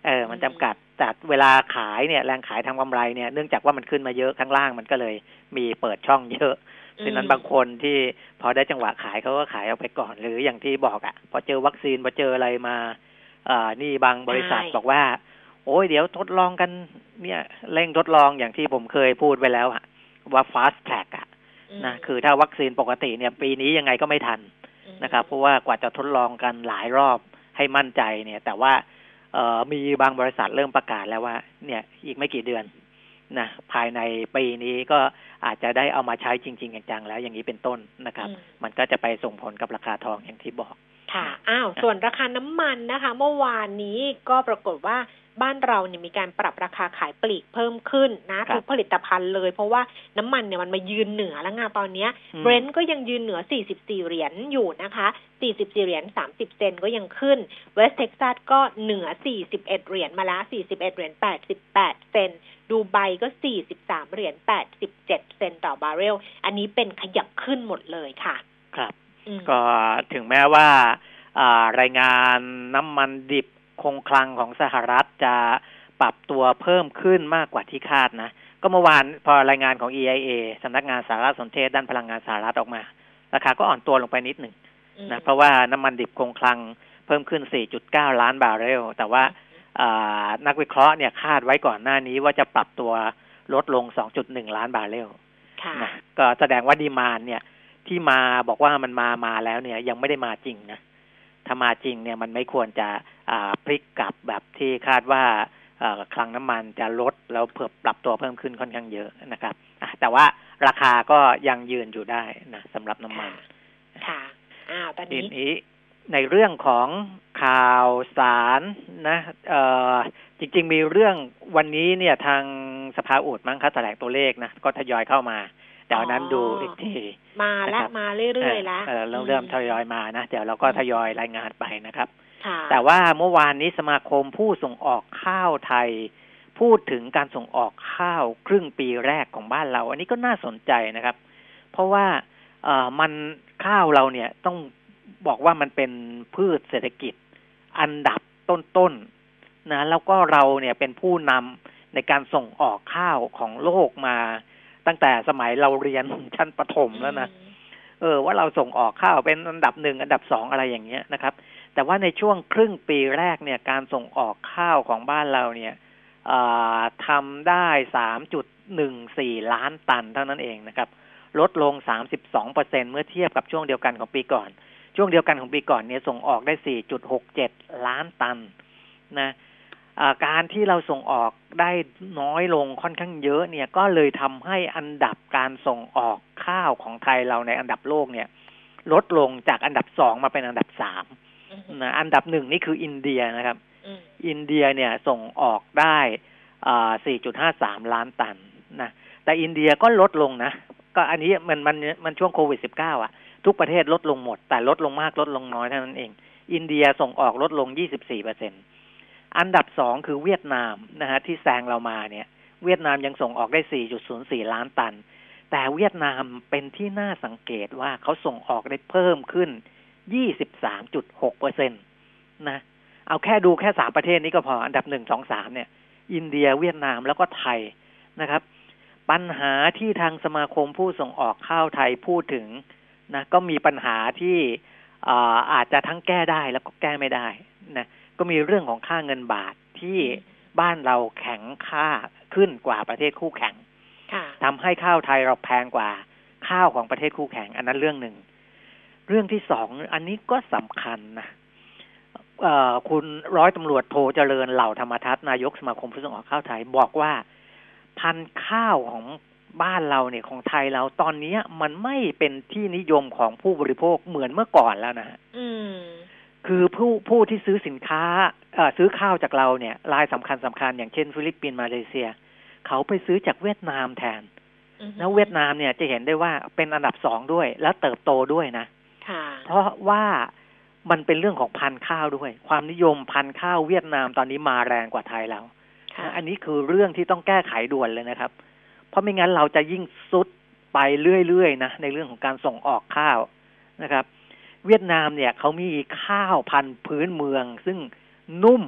เออมันจำกัดแต่เวลาขายเนี่ยแรงขายทำกำไรเนี่ยเนื่องจากว่ามันขึ้นมาเยอะข้างล่างมันก็เลยมีเปิดช่องเยอะฉะนั้นบางคนที่พอได้จังหวะขายเขาก็ขายเอาไปก่อนหรืออย่างที่บอกอ่ะพอเจอวัคซีนพอเจออะไรมาอ่านี่บางบริษัทบอกว่าโอ้ยเดี๋ยวทดลองกันเนี่ยเร่งทดลองอย่างที่ผมเคยพูดไปแล้วอะว่า fast track อ่ะนะคือถ้าวัคซีนปกติเนี่ยปีนี้ยังไงก็ไม่ทันนะครับเพราะว่ากว่าจะทดลองกันหลายรอบให้มั่นใจเนี่ยแต่ว่าเอ่อมีบางบริษัทเริ่มประกาศแล้วว่าเนี่ยอีกไม่กี่เดือนนะภายในปีนี้ก็อาจจะได้เอามาใช้จริงๆจังๆแล้วอย่างนี้เป็นต้นนะครับมันก็จะไปส่งผลกับราคาทองอย่างที่บอกค่ะอ้าวส่วนราคาน้ำมันนะคะเมื่อวานนี้ก็ปรากฏว่าบ้านเราเนี่ยมีการปรับราคาขายปลีกเพิ่มขึ้นนะทุกผลิตภัณฑ์เลยเพราะว่าน้ำมันเนี่ยมันมายืนเหนือแล้วไงตอนนี้เบรนท์ก็ยังยืนเหนือสี่สิบสี่เหรียญอยู่นะคะสี่สิบสี่เหรียญสามสิบเซนต์ก็ยังขึ้นเวสต์เท็กซัสก็เหนือสี่สิบเอ็ดเหรียญมาแล้วสี่สิบเอ็ดเหรียญแปดสิบแปดเซนต์ดูไบก็สี่สิบสามเหรียญแปดสิบเจ็ดเซนต์ต่อบาร์เรลอันนี้เป็นขยับขึ้นหมดเลยค่ะครับก็ถึงแม้ว่ารายงานน้ำมันดิบคงคลังของสหรัฐจะปรับตัวเพิ่มขึ้นมากกว่าที่คาดนะก็เมื่อวานพอรายงานของ อี ไอ เอ สำนักงานสารสนเทศด้านพลังงานสหรัฐออกมาราคาก็อ่อนตัวลงไปนิดหนึ่งนะเพราะว่าน้ำมันดิบคงคลังเพิ่มขึ้น สี่จุดเก้า ล้านบาร์เรลแต่ว่านักวิเคราะห์เนี่ยคาดไว้ก่อนหน้านี้ว่าจะปรับตัวลดลง สองจุดหนึ่ง ล้านบาร์เรลนะก็แสดงว่าดีมานด์เนี่ยที่มาบอกว่ามันมามาแล้วเนี่ยยังไม่ได้มาจริงนะถ้ามาจริงเนี่ยมันไม่ควรจะพลิกกลับแบบที่คาดว่าคลังน้ำมันจะลดแล้วเพิ่มปรับตัวเพิ่มขึ้นค่อนข้างเยอะนะครับแต่ว่าราคาก็ยังยืนอยู่ได้นะสำหรับน้ำมันค่ะอ้าวตอนนี้ในเรื่องของข่าวสารนะจริงๆมีเรื่องวันนี้เนี่ยทางสภาอุดมั้งเขาแถลงตัวเลขนะก็ทยอยเข้ามาเดี๋ยวนั้นดูอีกทีมาและมาเรื่อยๆแล้วเริ่มเริ่มทยอยมานะเดี๋ยวเราก็ทยอยรายงานไปนะครับแต่ว่าเมื่อวานนี้สมาคมผู้ส่งออกข้าวไทยพูดถึงการส่งออกข้าวครึ่งปีแรกของบ้านเราอันนี้ก็น่าสนใจนะครับเพราะว่าเอ่อมันข้าวเราเนี่ยต้องบอกว่ามันเป็นพืชเศรษฐกิจอันดับต้นๆนะแล้วก็เราเนี่ยเป็นผู้นำในการส่งออกข้าวของโลกมาตั้งแต่สมัยเราเรียนชั้นประถมแล้วนะเออว่าเราส่งออกข้าวเป็นอันดับหนึ่งอันดับสองอะไรอย่างเงี้ยนะครับแต่ว่าในช่วงครึ่งปีแรกเนี่ยการส่งออกข้าวของบ้านเราเนี่ยทำได้ สามจุดหนึ่งสี่ ล้านตันเท่านั้นเองนะครับลดลง สามสิบสองเปอร์เซ็นต์ เมื่อเทียบกับช่วงเดียวกันของปีก่อนช่วงเดียวกันของปีก่อนเนี่ยส่งออกได้ สี่จุดหกเจ็ด ล้านตันนะการที่เราส่งออกได้น้อยลงค่อนข้างเยอะเนี่ยก็เลยทำให้อันดับการส่งออกข้าวของไทยเราในอันดับโลกเนี่ยลดลงจากอันดับสองมาเป็นอันดับสามนะอันดับหนึ่งนี่คืออินเดียนะครับอินเดียเนี่ยส่งออกได้ สี่จุดห้าสาม ล้านตันนะแต่อินเดียก็ลดลงนะก็อันนี้มันมันมันช่วงโควิด สิบเก้า อ่ะทุกประเทศลดลงหมดแต่ลดลงมากลดลงน้อยเท่านั้นเองอินเดียส่งออกลดลง ยี่สิบสี่เปอร์เซ็นต์ อันดับสองคือเวียดนามนะฮะที่แซงเรามาเนี่ยเวียดนามยังส่งออกได้ สี่จุดศูนย์สี่ ล้านตันแต่เวียดนามเป็นที่น่าสังเกตว่าเขาส่งออกได้เพิ่มขึ้น ยี่สิบสามจุดหกเปอร์เซ็นต์ นะเอาแค่ดูแค่สามประเทศนี้ก็พออันดับหนึ่ง สอง สามเนี่ยอินเดียเวียดนามแล้วก็ไทยนะครับปัญหาที่ทางสมาคมผู้ส่งออกข้าวไทยพูดถึงนะก็มีปัญหาที่อาอาจจะทั้งแก้ได้แล้วก็แก้ไม่ได้นะก็มีเรื่องของค่าเงินบาทที่บ้านเราแข็งค่าขึ้นกว่าประเทศคู่แข่งทำให้ข้าวไทยเราแพงกว่าข้าวของประเทศคู่แข่งอันนั้นเรื่องหนึ่งเรื่องที่สองอันนี้ก็สำคัญนะคุณร้อยตำรวจโทเจริญเหล่าธรรมทัศน์นายกสมาคมผู้ส่งออกข้าวไทยบอกว่าพันธุ์ข้าวของบ้านเราเนี่ยของไทยเราตอนนี้มันไม่เป็นที่นิยมของผู้บริโภคเหมือนเมื่อก่อนแล้วนะอืมคือผู้ผู้ที่ซื้อสินค้าเอ่อซื้อข้าวจากเราเนี่ยรายสำคัญสำคัญอย่างเช่นฟิลิปปินส์มาเลเซียเขาไปซื้อจากเวียดนามแทนแล้วเวียดนามเนี่ยจะเห็นได้ว่าเป็นอันดับสองด้วยแล้วเติบโตด้วยนะเพราะว่ามันเป็นเรื่องของพันธุ์ข้าวด้วยความนิยมพันธุ์ข้าวเวียดนามตอนนี้มาแรงกว่าไทยแล้วอันนี้คือเรื่องที่ต้องแก้ไขด่วนเลยนะครับเพราะไม่งั้นเราจะยิ่งซุดไปเรื่อยๆนะในเรื่องของการส่งออกข้าวนะครับเวียดนามเนี่ยเขามีข้าวพันธุ์พื้นเมืองซึ่งนุ่ม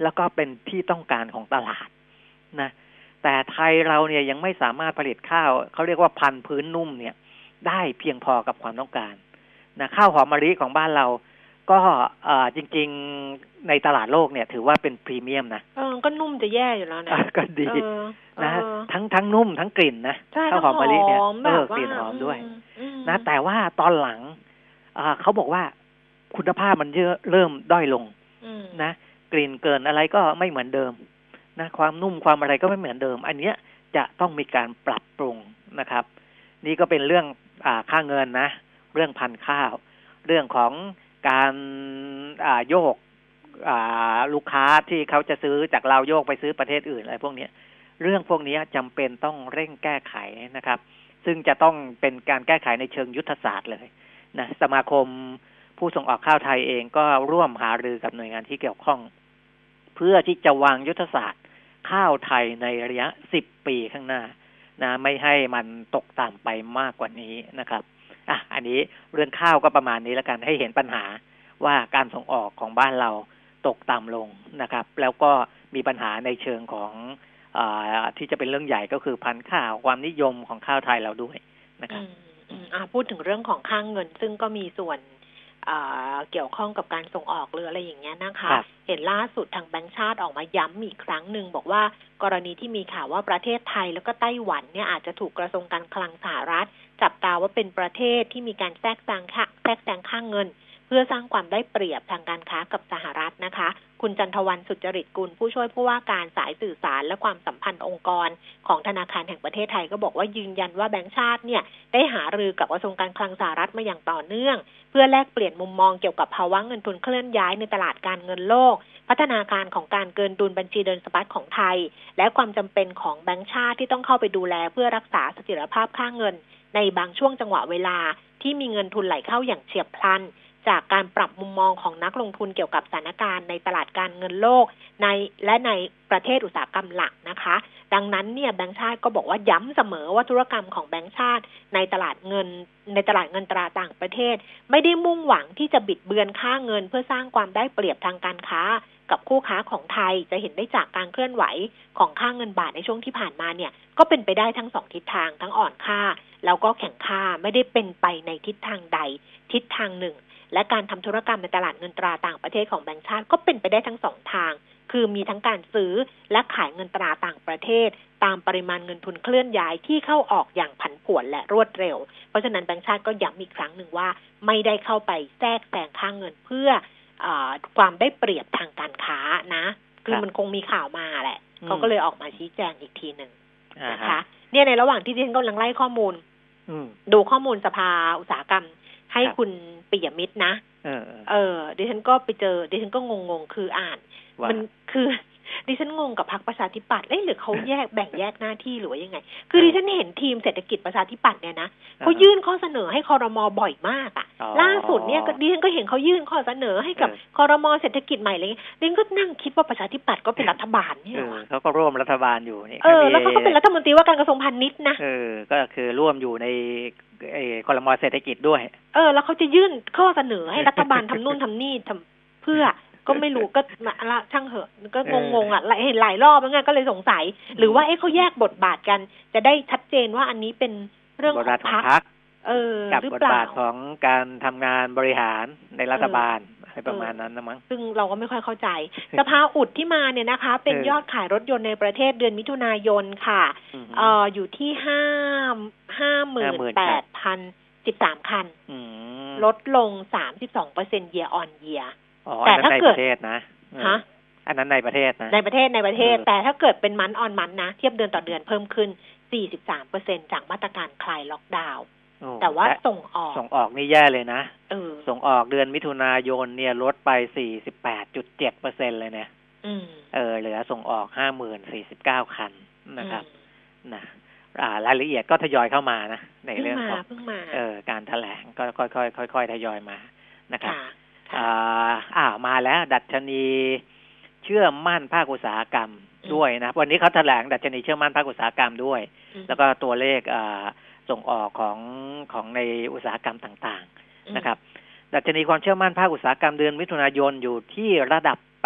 แล้วก็เป็นที่ต้องการของตลาดนะแต่ไทยเราเนี่ยยังไม่สามารถผลิตข้าวเขาเรียกว่าพันธุ์พื้นนุ่มเนี่ยได้เพียงพอกับความต้องการนะข้าวหอมมะลิของบ้านเราก็เอ่อจริงๆในตลาดโลกเนี่ยถือว่าเป็นพรีเมียมนะเออก็นุ่มจะแย่อยู่แล้วนะก็ดีนะทั้งทั้งนุ่มทั้งกลิ่นนะข้าวหอมมะลิเนี่ยเออกลิ่นหอมด้วยนะแต่ว่าตอนหลังอ่าเขาบอกว่าคุณภาพมันเยอะเริ่มด้อยลงนะกลิ่นเกินอะไรก็ไม่เหมือนเดิมนะความนุ่มความอะไรก็ไม่เหมือนเดิมอันเนี้ยจะต้องมีการปรับปรุงนะครับนี่ก็เป็นเรื่องอ่าค่าเงินนะเรื่องพันธุ์ข้าวเรื่องของการอ่าโยกอ่าลูกค้าที่เขาจะซื้อจากเราโยกไปซื้อประเทศอื่นอะไรพวกนี้เรื่องพวกนี้จำเป็นต้องเร่งแก้ไขนะครับซึ่งจะต้องเป็นการแก้ไขในเชิงยุทธศาสตร์เลยนะสมาคมผู้ส่งออกข้าวไทยเองก็ร่วมหารือกับหน่วยงานที่เกี่ยวข้องเพื่อที่จะวางยุทธศาสตร์ข้าวไทยในระยะสิบปีข้างหน้านะไม่ให้มันตกต่ำไปมากกว่านี้นะครับอ่ะอันนี้เรื่องข้าวก็ประมาณนี้แล้วกันให้เห็นปัญหาว่าการส่งออกของบ้านเราตกต่ำลงนะครับแล้วก็มีปัญหาในเชิงของอ่าที่จะเป็นเรื่องใหญ่ก็คือพันธุ์ข้าวความนิยมของข้าวไทยเราด้วยนะครับอ่าพูดถึงเรื่องของค่างเงินซึ่งก็มีส่วนเกี่ยวข้องกับการส่งออกหรืออะไรอย่างเงี้ยนะคะเห็นล่าสุดทางแบงก์ชาติออกมาย้ำอีกครั้งหนึ่งบอกว่ากรณีที่มีข่าวว่าประเทศไทยแล้วก็ไต้หวันเนี่ยอาจจะถูกกระทรวงการคลังสหรัฐจับตาว่าเป็นประเทศที่มีการแทรกแซงค่าแทรกแซงค่างเงินเพื่อสร้างความได้เปรียบทางการค้ากับสหรัฐนะคะคุณจันทวรรณสุจริตกุลผู้ช่วยผู้ว่าการสายสื่อสารและความสัมพันธ์องค์กรของธนาคารแห่งประเทศไทยก็บอกว่ายืนยันว่าแบงก์ชาติเนี่ยได้หารือกับกระทรวงการคลังสหรัฐมาอย่างต่อเนื่องเพื่อแลกเปลี่ยนมุมมองเกี่ยวกับภาวะเงินทุนเคลื่อนย้ายในตลาดการเงินโลกพัฒนาการของการเกินดุลบัญชีเดินสะพัดของไทยและความจำเป็นของแบงก์ชาติที่ต้องเข้าไปดูแลเพื่อรักษาเสถียรภาพค่าเงินในบางช่วงจังหวะเวลาที่มีเงินทุนไหลเข้าอย่างเฉียบพลันจากการปรับมุมมองของนักลงทุนเกี่ยวกับสถานการณ์ในตลาดการเงินโลกในและในประเทศอุตสาหกรรมหลักนะคะดังนั้นเนี่ยแบงก์ชาติก็บอกว่าย้ำเสมอว่าธุรกรรมของแบงก์ชาติในตลาดเงินในตลาดเงินตราต่างประเทศไม่ได้มุ่งหวังที่จะบิดเบือนค่าเงินเพื่อสร้างความได้เปรียบทางการค้ากับคู่ค้าของไทยจะเห็นได้จากการเคลื่อนไหวของค่าเงินบาทในช่วงที่ผ่านมาเนี่ยก็เป็นไปได้ทั้งสองทิศทางทั้งอ่อนค่าแล้วก็แข็งค่าไม่ได้เป็นไปในทิศทางใดทิศทางหนึ่งและการทำธุรกรรมในตลาดเงินตราต่างประเทศของแบงก์ชาติก็เป็นไปได้ทั้งสองทางคือมีทั้งการซื้อและขายเงินตราต่างประเทศตามปริมาณเงินทุนเคลื่อนย้ายที่เข้าออกอย่างผันผวนและรวดเร็วเพราะฉะนั้นแบงก์ชาติก็ย้ำอีกครั้งหนึ่งว่าไม่ได้เข้าไปแทรกแซงค่าเงินเพื่อความได้เปรียบทางการค้านะคือมันคงมีข่าวมาแหละเขาก็เลยออกมาชี้แจงอีกทีหนึ่งนะคะเนี่ยในระหว่างที่ดิฉันกำลังไล่ข้อมูลดูข้อมูลสภาอุตสาหกรรมให้คุณปิยมิตรนะเออเออดิฉันก็ไปเจอดิฉันก็งงๆคืออ่านมันคือดิฉันงงกับพรรคประชาธิปัตย์เอ๊ะหรือเขาแยกแบ่งแยกหน้าที่หรือว่ายังไงคือดิฉันเห็นทีมเศรษฐกิจประชาธิปัตย์เนี่ยนะเขายื่นข้อเสนอให้ครม.บ่อยมากอ่ะล่าสุดเนี่ยดิฉันก็เห็นเขายื่นข้อเสนอให้กับครม.เศรษฐกิจใหม่อะไรเงี้ยดิฉันก็นั่งคิดว่าประชาธิปัตย์ก็เป็นรัฐบาลเนี่ยเขาก็ร่วมรัฐบาลอยู่นี่เออแล้วเขาก็เป็นรัฐมนตรีว่าการกระทรวงพาณิชย์นะเออก็คือร่วมอยู่ในไอ้ครม.เศรษฐกิจด้วยเออแล้วเขาจะยื่นข้อเสนอให้รัฐบาลทำนู่นทำนี่ทำเพื่อก็ไม่รู้ก็ละช่างเหอะก็งงๆอ่ะเห็นหลายรอบแล้วไงก็เลยสงสัยหรือว่าเอ๊ะเขาแยกบทบาทกันจะได้ชัดเจนว่าอันนี้เป็นเรื่องของพรรคเออกับบทบาทของการทำงานบริหารในรัฐบาลอะไรประมาณนั้นนะมั้งซึ่งเราก็ไม่ค่อยเข้าใจสภาอุดที่มาเนี่ยนะคะเป็นยอดขายรถยนต์ในประเทศเดือนมิถุนายนค่ะเอ่ออยู่ที่ห้าห้าหมื่นแปดพันสิบสามคันลดลงสามสิบสองเปอร์เซ็นต์ year on year แต่ถ้าเกิดประเทศนะฮะอันนั้นในประเทศนะในประเทศในประเทศแต่ถ้าเกิดเป็นมันออนมันนะเทียบเดือนต่อเดือนเพิ่มขึ้น สี่สิบสามเปอร์เซ็นต์ จากมาตรการคลายล็อกดาวน์แต่ว่าส่งออกส่งออกนี่แย่เลยนะเออส่งออกเดือนมิถุนายนเนี่ยลดไป สี่สิบแปดจุดเจ็ดเปอร์เซ็นต์ เลยเนี่ยอืมเออเหลือส่งออก ห้าหมื่นสี่สิบเก้า คันนะครับนะอ่ารายละเอียดก็ทยอยเข้ามานะในเรื่องของเออการแถลงก็ค่อยๆค่อยๆทยอยมานะครับอ่าอ่ามาแล้วดัชนีเชื่อมั่นภาคอุตสาหกรรมด้วยนะวันนี้เขาแถลงดัชนีเชื่อมั่นภาคอุตสาหกรรมด้วยแล้วก็ตัวเลขอ่าส่งออกของของในอุตสาหกรรมต่างๆนะครับดัชนีความเชื่อมั่นภาคอุตสาหกรรมเดือนมิถุนายนอยู่ที่ระดับแปดสิบ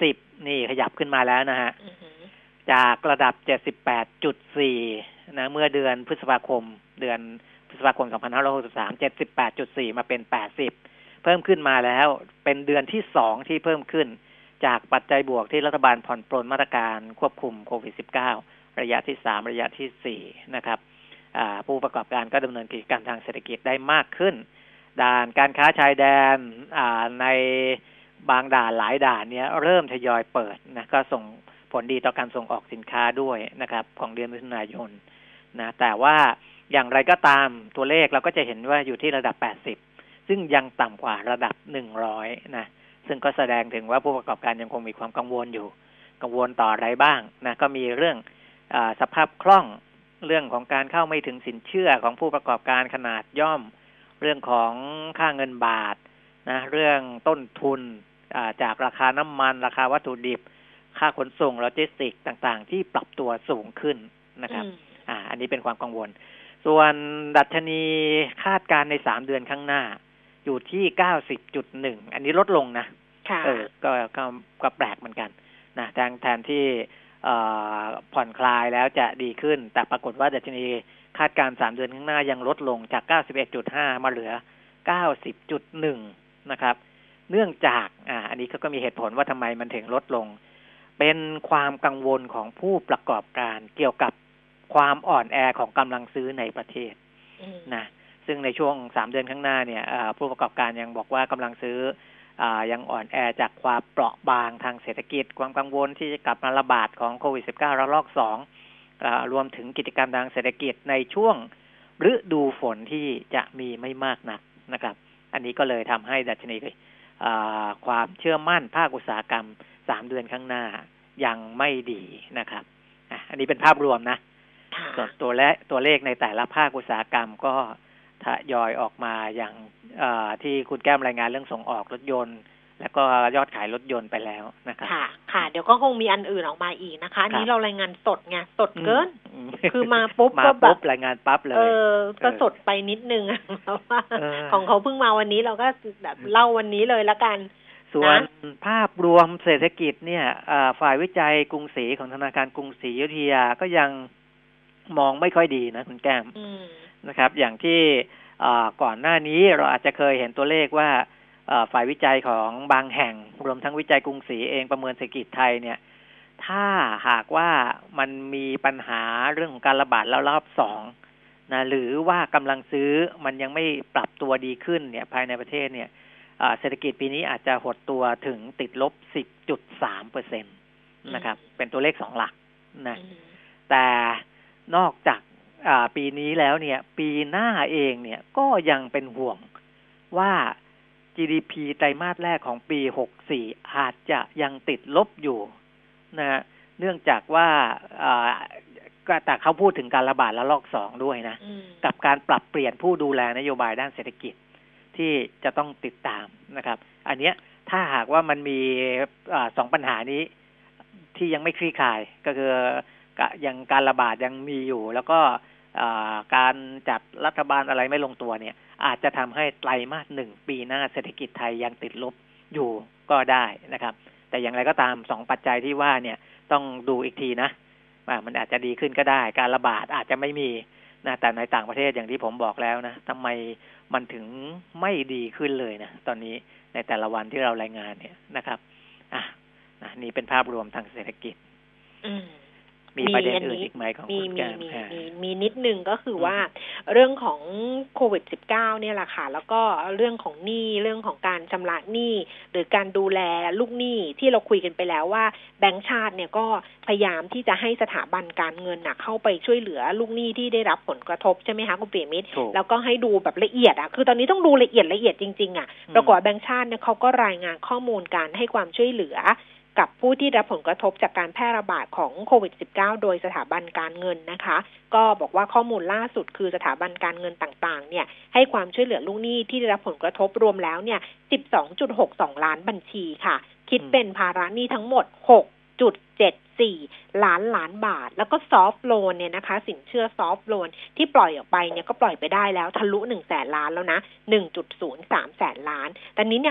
สิบนี่ขยับขึ้นมาแล้วนะฮะจากระดับ เจ็ดสิบแปดจุดสี่ นะเมื่อเดือนพฤษภาคมเดือนพฤษภาคมสองพันห้าร้อยหกสิบสาม เจ็ดสิบแปดจุดสี่ มาเป็นแปดสิบเพิ่มขึ้นมาแล้วเป็นเดือนที่สองที่เพิ่มขึ้นจากปัจจัยบวกที่รัฐบาลผ่อนปรนมาตรการควบคุมโควิด สิบเก้า ระยะที่สามระยะที่สี่นะครับผู้ประกอบการก็ดำเนินกิจกรรมทางเศรษฐกิจได้มากขึ้นด่านการค้าชายแดนในบางด่านหลายด่านเนี้ยเริ่มทยอยเปิดนะก็ส่งผลดีต่อการส่งออกสินค้าด้วยนะครับของเดือนมิถุนายนนะแต่ว่าอย่างไรก็ตามตัวเลขเราก็จะเห็นว่าอยู่ที่ระดับแปดสิบซึ่งยังต่ำกว่าระดับหนึ่งร้อยนะซึ่งก็แสดงถึงว่าผู้ประกอบการยังคงมีความกังวลอยู่กังวลต่ออะไรบ้างนะก็มีเรื่องอ่าสภาพคล่องเรื่องของการเข้าไม่ถึงสินเชื่อของผู้ประกอบการขนาดย่อมเรื่องของค่าเงินบาทนะเรื่องต้นทุนอ่าจากราคาน้ำมันราคาวัตถุดิบค่าขนส่งโลจิสติกส์ต่างๆที่ปรับตัวสูงขึ้นนะครับอ่าอันนี้เป็นความกังวลส่วนดัชนีคาดการณ์ในสามเดือนข้างหน้าอยู่ที่ เก้าสิบจุดหนึ่ง อันนี้ลดลงนะเออก็ก็ก็แปลกเหมือนกันนะแทนแทนที่เอ่อผ่อนคลายแล้วจะดีขึ้นแต่ปรากฏว่าดัชนีคาดการณ์สามเดือนข้างหน้ายังลดลงจาก เก้าสิบเอ็ดจุดห้า มาเหลือ เก้าสิบจุดหนึ่ง นะครับเนื่องจากอ่าอันนี้เขาก็มีเหตุผลว่าทำไมมันถึงลดลงเป็นความกังวลของผู้ประกอบการเกี่ยวกับความอ่อนแอของกำลังซื้อในประเทศนะซึ่งในช่วงสามเดือนข้างหน้าเนี่ยผู้ประกอบการยังบอกว่ากำลังซื้อยังอ่อนแอจากความเปราะบางทางเศรษฐกิจความกังวลที่จะกลับมาระบาดของโควิด สิบเก้า ระลอกสองรวมถึงกิจกรรมทางเศรษฐกิจในช่วงฤดูฝนที่จะมีไม่มากนักนะครับอันนี้ก็เลยทำให้ดัชนีความเชื่อมั่นภาคอุตสาหกรรมสามเดือนข้างหน้ายังไม่ดีนะครับอันนี้เป็นภาพรวมนะส่วนตัวเลขตัวเลขในแต่ละภาคอุตสาหกรรมก็ทยอยออกมาอย่างที่คุณแก้มรายงานเรื่องส่งออกรถยนต์แล้วก็ยอดขายรถยนต์ไปแล้วนะครับค่ะค่ะเดี๋ยวก็คงมีอันอื่นออกมาอีกนะคะนี้เรารายงานสดไงสดเกินคือมาปุ๊บก็แบบรายงานปั๊บเลยเออก็สดไปนิดนึงเพราะว่าของเขาเพิ่งมาวันนี้เราก็แบบเล่าวันนี้เลยละกันส่วนภาพรวมเศรษฐกิจเนี่ยฝ่ายวิจัยกรุงศรีของธนาคารกรุงศรีอยุธยาก็ยังมองไม่ค่อยดีนะคุณแก้มนะครับอย่างที่ก่อนหน้านี้เราอาจจะเคยเห็นตัวเลขว่าฝ่ายวิจัยของบางแห่งรวมทั้งวิจัยกรุงศรีเองประเมินเศรษฐกิจไทยเนี่ยถ้าหากว่ามันมีปัญหาเรื่องของการระบาดแล้วรอบสองนะหรือว่ากำลังซื้อมันยังไม่ปรับตัวดีขึ้นเนี่ยภายในประเทศเนี่ยเศรษฐกิจปีนี้อาจจะหดตัวถึงติดลบ สิบจุดสามเปอร์เซ็นต์ นะครับเป็นตัวเลขสองหลักนะแต่นอกจากปีนี้แล้วเนี่ยปีหน้าเองเนี่ยก็ยังเป็นห่วงว่า จี ดี พี ไตรมาสแรกของปีหกสิบสี่อาจจะยังติดลบอยู่นะเนื่องจากว่าก็แต่เขาพูดถึงการระบาดระลอกสองด้วยนะกับการปรับเปลี่ยนผู้ดูแลนโยบายด้านเศรษฐกิจที่จะต้องติดตามนะครับอันเนี้ยถ้าหากว่ามันมีสองปัญหานี้ที่ยังไม่คลี่คลายก็คือยังการระบาดยังมีอยู่แล้วก็การจัดรัฐบาลอะไรไม่ลงตัวเนี่ยอาจจะทำให้ไตรมาสหนึ่งปีหน้าเศรษฐกิจไทยยังติดลบอยู่ก็ได้นะครับแต่อย่างไรก็ตามสองปัจจัยที่ว่าเนี่ยต้องดูอีกทีนะว่ามันอาจจะดีขึ้นก็ได้การระบาดอาจจะไม่มีนะแต่ในต่างประเทศอย่างที่ผมบอกแล้วนะทำไมมันถึงไม่ดีขึ้นเลยนะตอนนี้ในแต่ละวันที่เรารายงานเนี่ยนะครับอ่ะนะนี่เป็นภาพรวมทางเศรษฐกิจมีประเด็นอื่นอีกไหมของคุณแก้มมีมีมีนิดนึงก็คือว่าเรื่องของโควิด สิบเก้า เนี่ยแหละค่ะแล้วก็เรื่องของหนี้เรื่องของการชำระหนี้หรือการดูแลลูกหนี้ที่เราคุยกันไปแล้วว่าแบงก์ชาติเนี่ยก็พยายามที่จะให้สถาบันการเงินน่ะเข้าไปช่วยเหลือลูกหนี้ที่ได้รับผลกระทบใช่ไหมคะคุณปิยมิตรแล้วก็ให้ดูแบบละเอียดอ่ะคือตอนนี้ต้องดูละเอียดละเอียดจริงๆอ่ะปรากฏแบงก์ชาติเนี่ยเขาก็รายงานข้อมูลการให้ความช่วยเหลือกับผู้ที่ได้รับผลกระทบจากการแพร่ระบาดของโควิด สิบเก้า โดยสถาบันการเงินนะคะก็บอกว่าข้อมูลล่าสุดคือสถาบันการเงินต่างๆเนี่ยให้ความช่วยเหลือลูกหนี้ที่ได้รับผลกระทบรวมแล้วเนี่ย สิบสองจุดหกสอง ล้านบัญชีค่ะคิดเป็นภาระหนี้ทั้งหมด หกจุดเจ็ดสี่ ล้านล้านบาทแล้วก็ซอฟท์โลนเนี่ยนะคะสินเชื่อซอฟท์โลนที่ปล่อยออกไปเนี่ยก็ปล่อยไปได้แล้วทะลุหนึ่งแสนล้านแล้วนะ หนึ่งจุดศูนย์สาม แสนล้านแต่นี้เนี่ย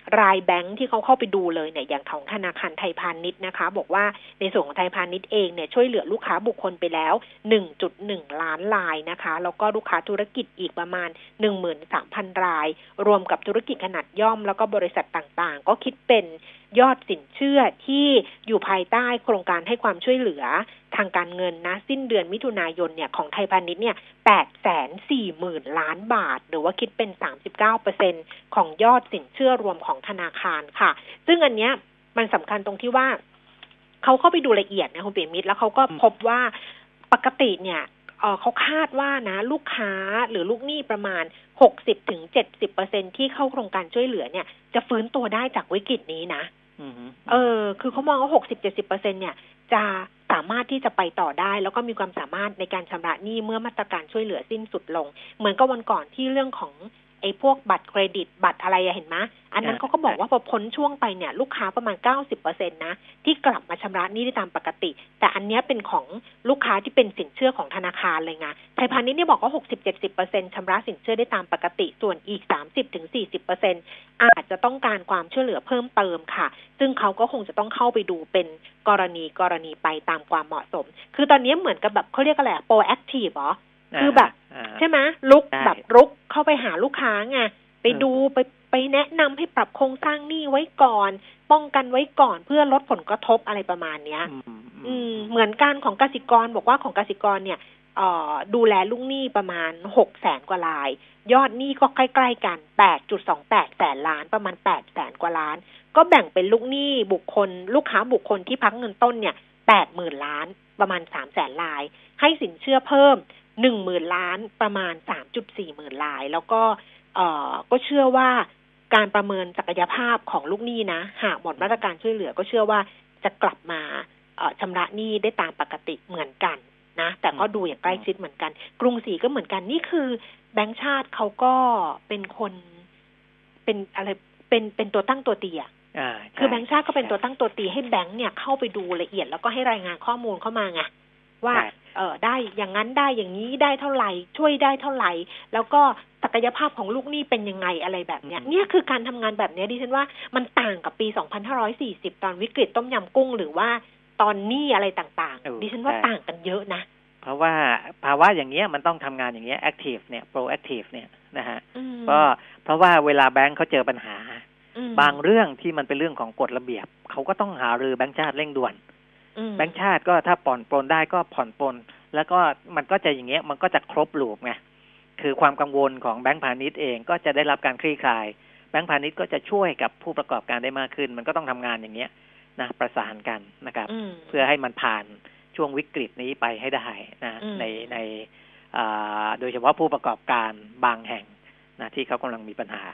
รายแบงค์ที่เขาเข้าไปดูเลยเนี่ยอย่างของธนาคารไทยพาณิชย์นะคะบอกว่าในส่วนของไทยพาณิชย์เองเนี่ยช่วยเหลือลูกค้าบุคคลไปแล้ว หนึ่งจุดหนึ่ง ล้านรายนะคะแล้วก็ลูกค้าธุรกิจอีกประมาณ หนึ่งหมื่นสามพัน รายรวมกับธุรกิจขนาดย่อมแล้วก็บริษัทต่างๆก็คิดเป็นยอดสินเชื่อที่อยู่ภายใต้โครงการให้ความช่วยเหลือทางการเงินนะสิ้นเดือนมิถุนายนเนี่ยของไทยพาณิชย์เนี่ย แปดแสนสี่หมื่น ล้านบาทหรือว่าคิดเป็น สามสิบเก้าเปอร์เซ็นต์ ของยอดสินเชื่อรวมของธนาคารค่ะซึ่งอันเนี้ยมันสำคัญตรงที่ว่าเขาเข้าไปดูละเอียดนะคุณปิ่มมิตรแล้วเขาก็พบว่าปกติเนี่ยเอ่อเขาคาดว่านะลูกค้าหรือลูกหนี้ประมาณ หกสิบถึงเจ็ดสิบเปอร์เซ็นต์ ที่เข้าโครงการช่วยเหลือเนี่ยจะฟื้นตัวได้จากวิกฤตนี้นะเออคือเขามองว่า หกสิบถึงเจ็ดสิบเปอร์เซ็นต์ เนี่ยจะสามารถที่จะไปต่อได้แล้วก็มีความสามารถในการชำระหนี้เมื่อมาตรการช่วยเหลือสิ้นสุดลงเหมือนกับวันก่อนที่เรื่องของไอ้พวกบัตรเครดิตบัตรอะไรเห็นไหมอันนั้นเขาก็บอกว่าพอพ้นช่วงไปเนี่ยลูกค้าประมาณ เก้าสิบเปอร์เซ็นต์ นะที่กลับมาชำระหนี้ได้ตามปกติแต่อันนี้เป็นของลูกค้าที่เป็นสินเชื่อของธนาคารเลยไงไทยพาณิชย์เนี่ยบอกว่า หกสิบถึงเจ็ดสิบเปอร์เซ็นต์ ชำระสินเชื่อได้ตามปกติส่วนอีก สามสิบถึงสี่สิบเปอร์เซ็นต์ อาจจะต้องการความช่วยเหลือเพิ่มเติมค่ะซึ่งเขาก็คงจะต้องเข้าไปดูเป็นกรณีกรณีไปตามความเหมาะสมคือตอนนี้เหมือนกับแบบเขาเรียกอะไรโปรแอคทีฟเหรอคือแบบใช่ไหมลุกแบบรุกเข้าไปหาลูกค้าไงไปดูไปไปแนะนำให้ปรับโครงสร้างหนี้ไว้ก่อนป้องกันไว้ก่อนเพื่อลดผลกระทบอะไรประมาณเนี้ยอืมเหมือนกันของกสิกรบอกว่าของกสิกรเนี่ยเอ่อดูแลลูกหนี้ประมาณหกแสนกว่ารายยอดหนี้ก็ใกล้ๆกัน แปดจุดสองแปด แสนล้านประมาณแปดแสนกว่าล้านก็แบ่งเป็นลูกหนี้บุคคลลูกค้าบุคคลที่พักเงินต้นเนี่ย แปดหมื่น ล้านประมาณ สามแสนรายให้สินเชื่อเพิ่ม หนึ่งหมื่น ล้านประมาณ สามจุดสี่ หมื่นรายแล้วก็เอ่อก็เชื่อว่าการประเมินศักยภาพของลูกหนี้นะหากหมดมาตรการช่วยเหลือก็เชื่อว่าจะกลับมาเอ่อชำระหนี้ได้ตามปกติเหมือนกันนะแต่ก็ดูอย่างใกล้ชิดเหมือนกันกรุงศรีก็เหมือนกันนี่คือแบงก์ชาติเขาก็เป็นคนเป็นอะไรเป็นเป็นตัวตั้งตัวตีอ่ะคือแบงก์ชาติก็เป็นตัวตั้งตัวตีให้แบงก์เนี่ยเข้าไปดูละเอียดแล้วก็ให้รายงานข้อมูลเข้ามาไงว่าเออได้อย่างนั้นได้อย่างนี้ได้เท่าไหร่ช่วยได้เท่าไหร่แล้วก็ศักยภาพของลูกหนี้เป็นยังไงอะไรแบบเนี้ยเนี่ยคือการทำงานแบบนี้ดิฉันว่ามันต่างกับปีสองพันห้าร้อยสี่สิบตอนวิกฤตต้มยำกุ้งหรือว่าตอนหนี้อะไรต่างๆดิฉันว่าต่างกันเยอะนะเพราะว่าภาวะอย่างเงี้ยมันต้องทำงานอย่างเงี้ย active เนี่ย proactive เนี่ยนะฮะก็เพราะว่าเวลาแบงค์เขาเจอปัญหาบางเรื่องที่มันเป็นเรื่องของกฎระเบียบเขาก็ต้องหารือแบงค์ชาติเร่งด่วนแบงค์ชาติก็ถ้าผ่อนปลนได้ก็ผ่อนปลนแล้วก็มันก็จะอย่างเงี้ยมันก็จะครบลูปไงคือความกังวลของแบงค์พาณิชย์เองก็จะได้รับการคลี่คลายแบงค์พาณิชย์ก็จะช่วยกับผู้ประกอบการได้มากขึ้นมันก็ต้องทำงานอย่างเงี้ยนะประสานกันนะครับเพื่อให้มันผ่านช่วงวิกฤตนี้ไปให้ได้นะในในโดยเฉพาะผู้ประกอบการบางแห่งนะที่เขากำลังมีปัญหา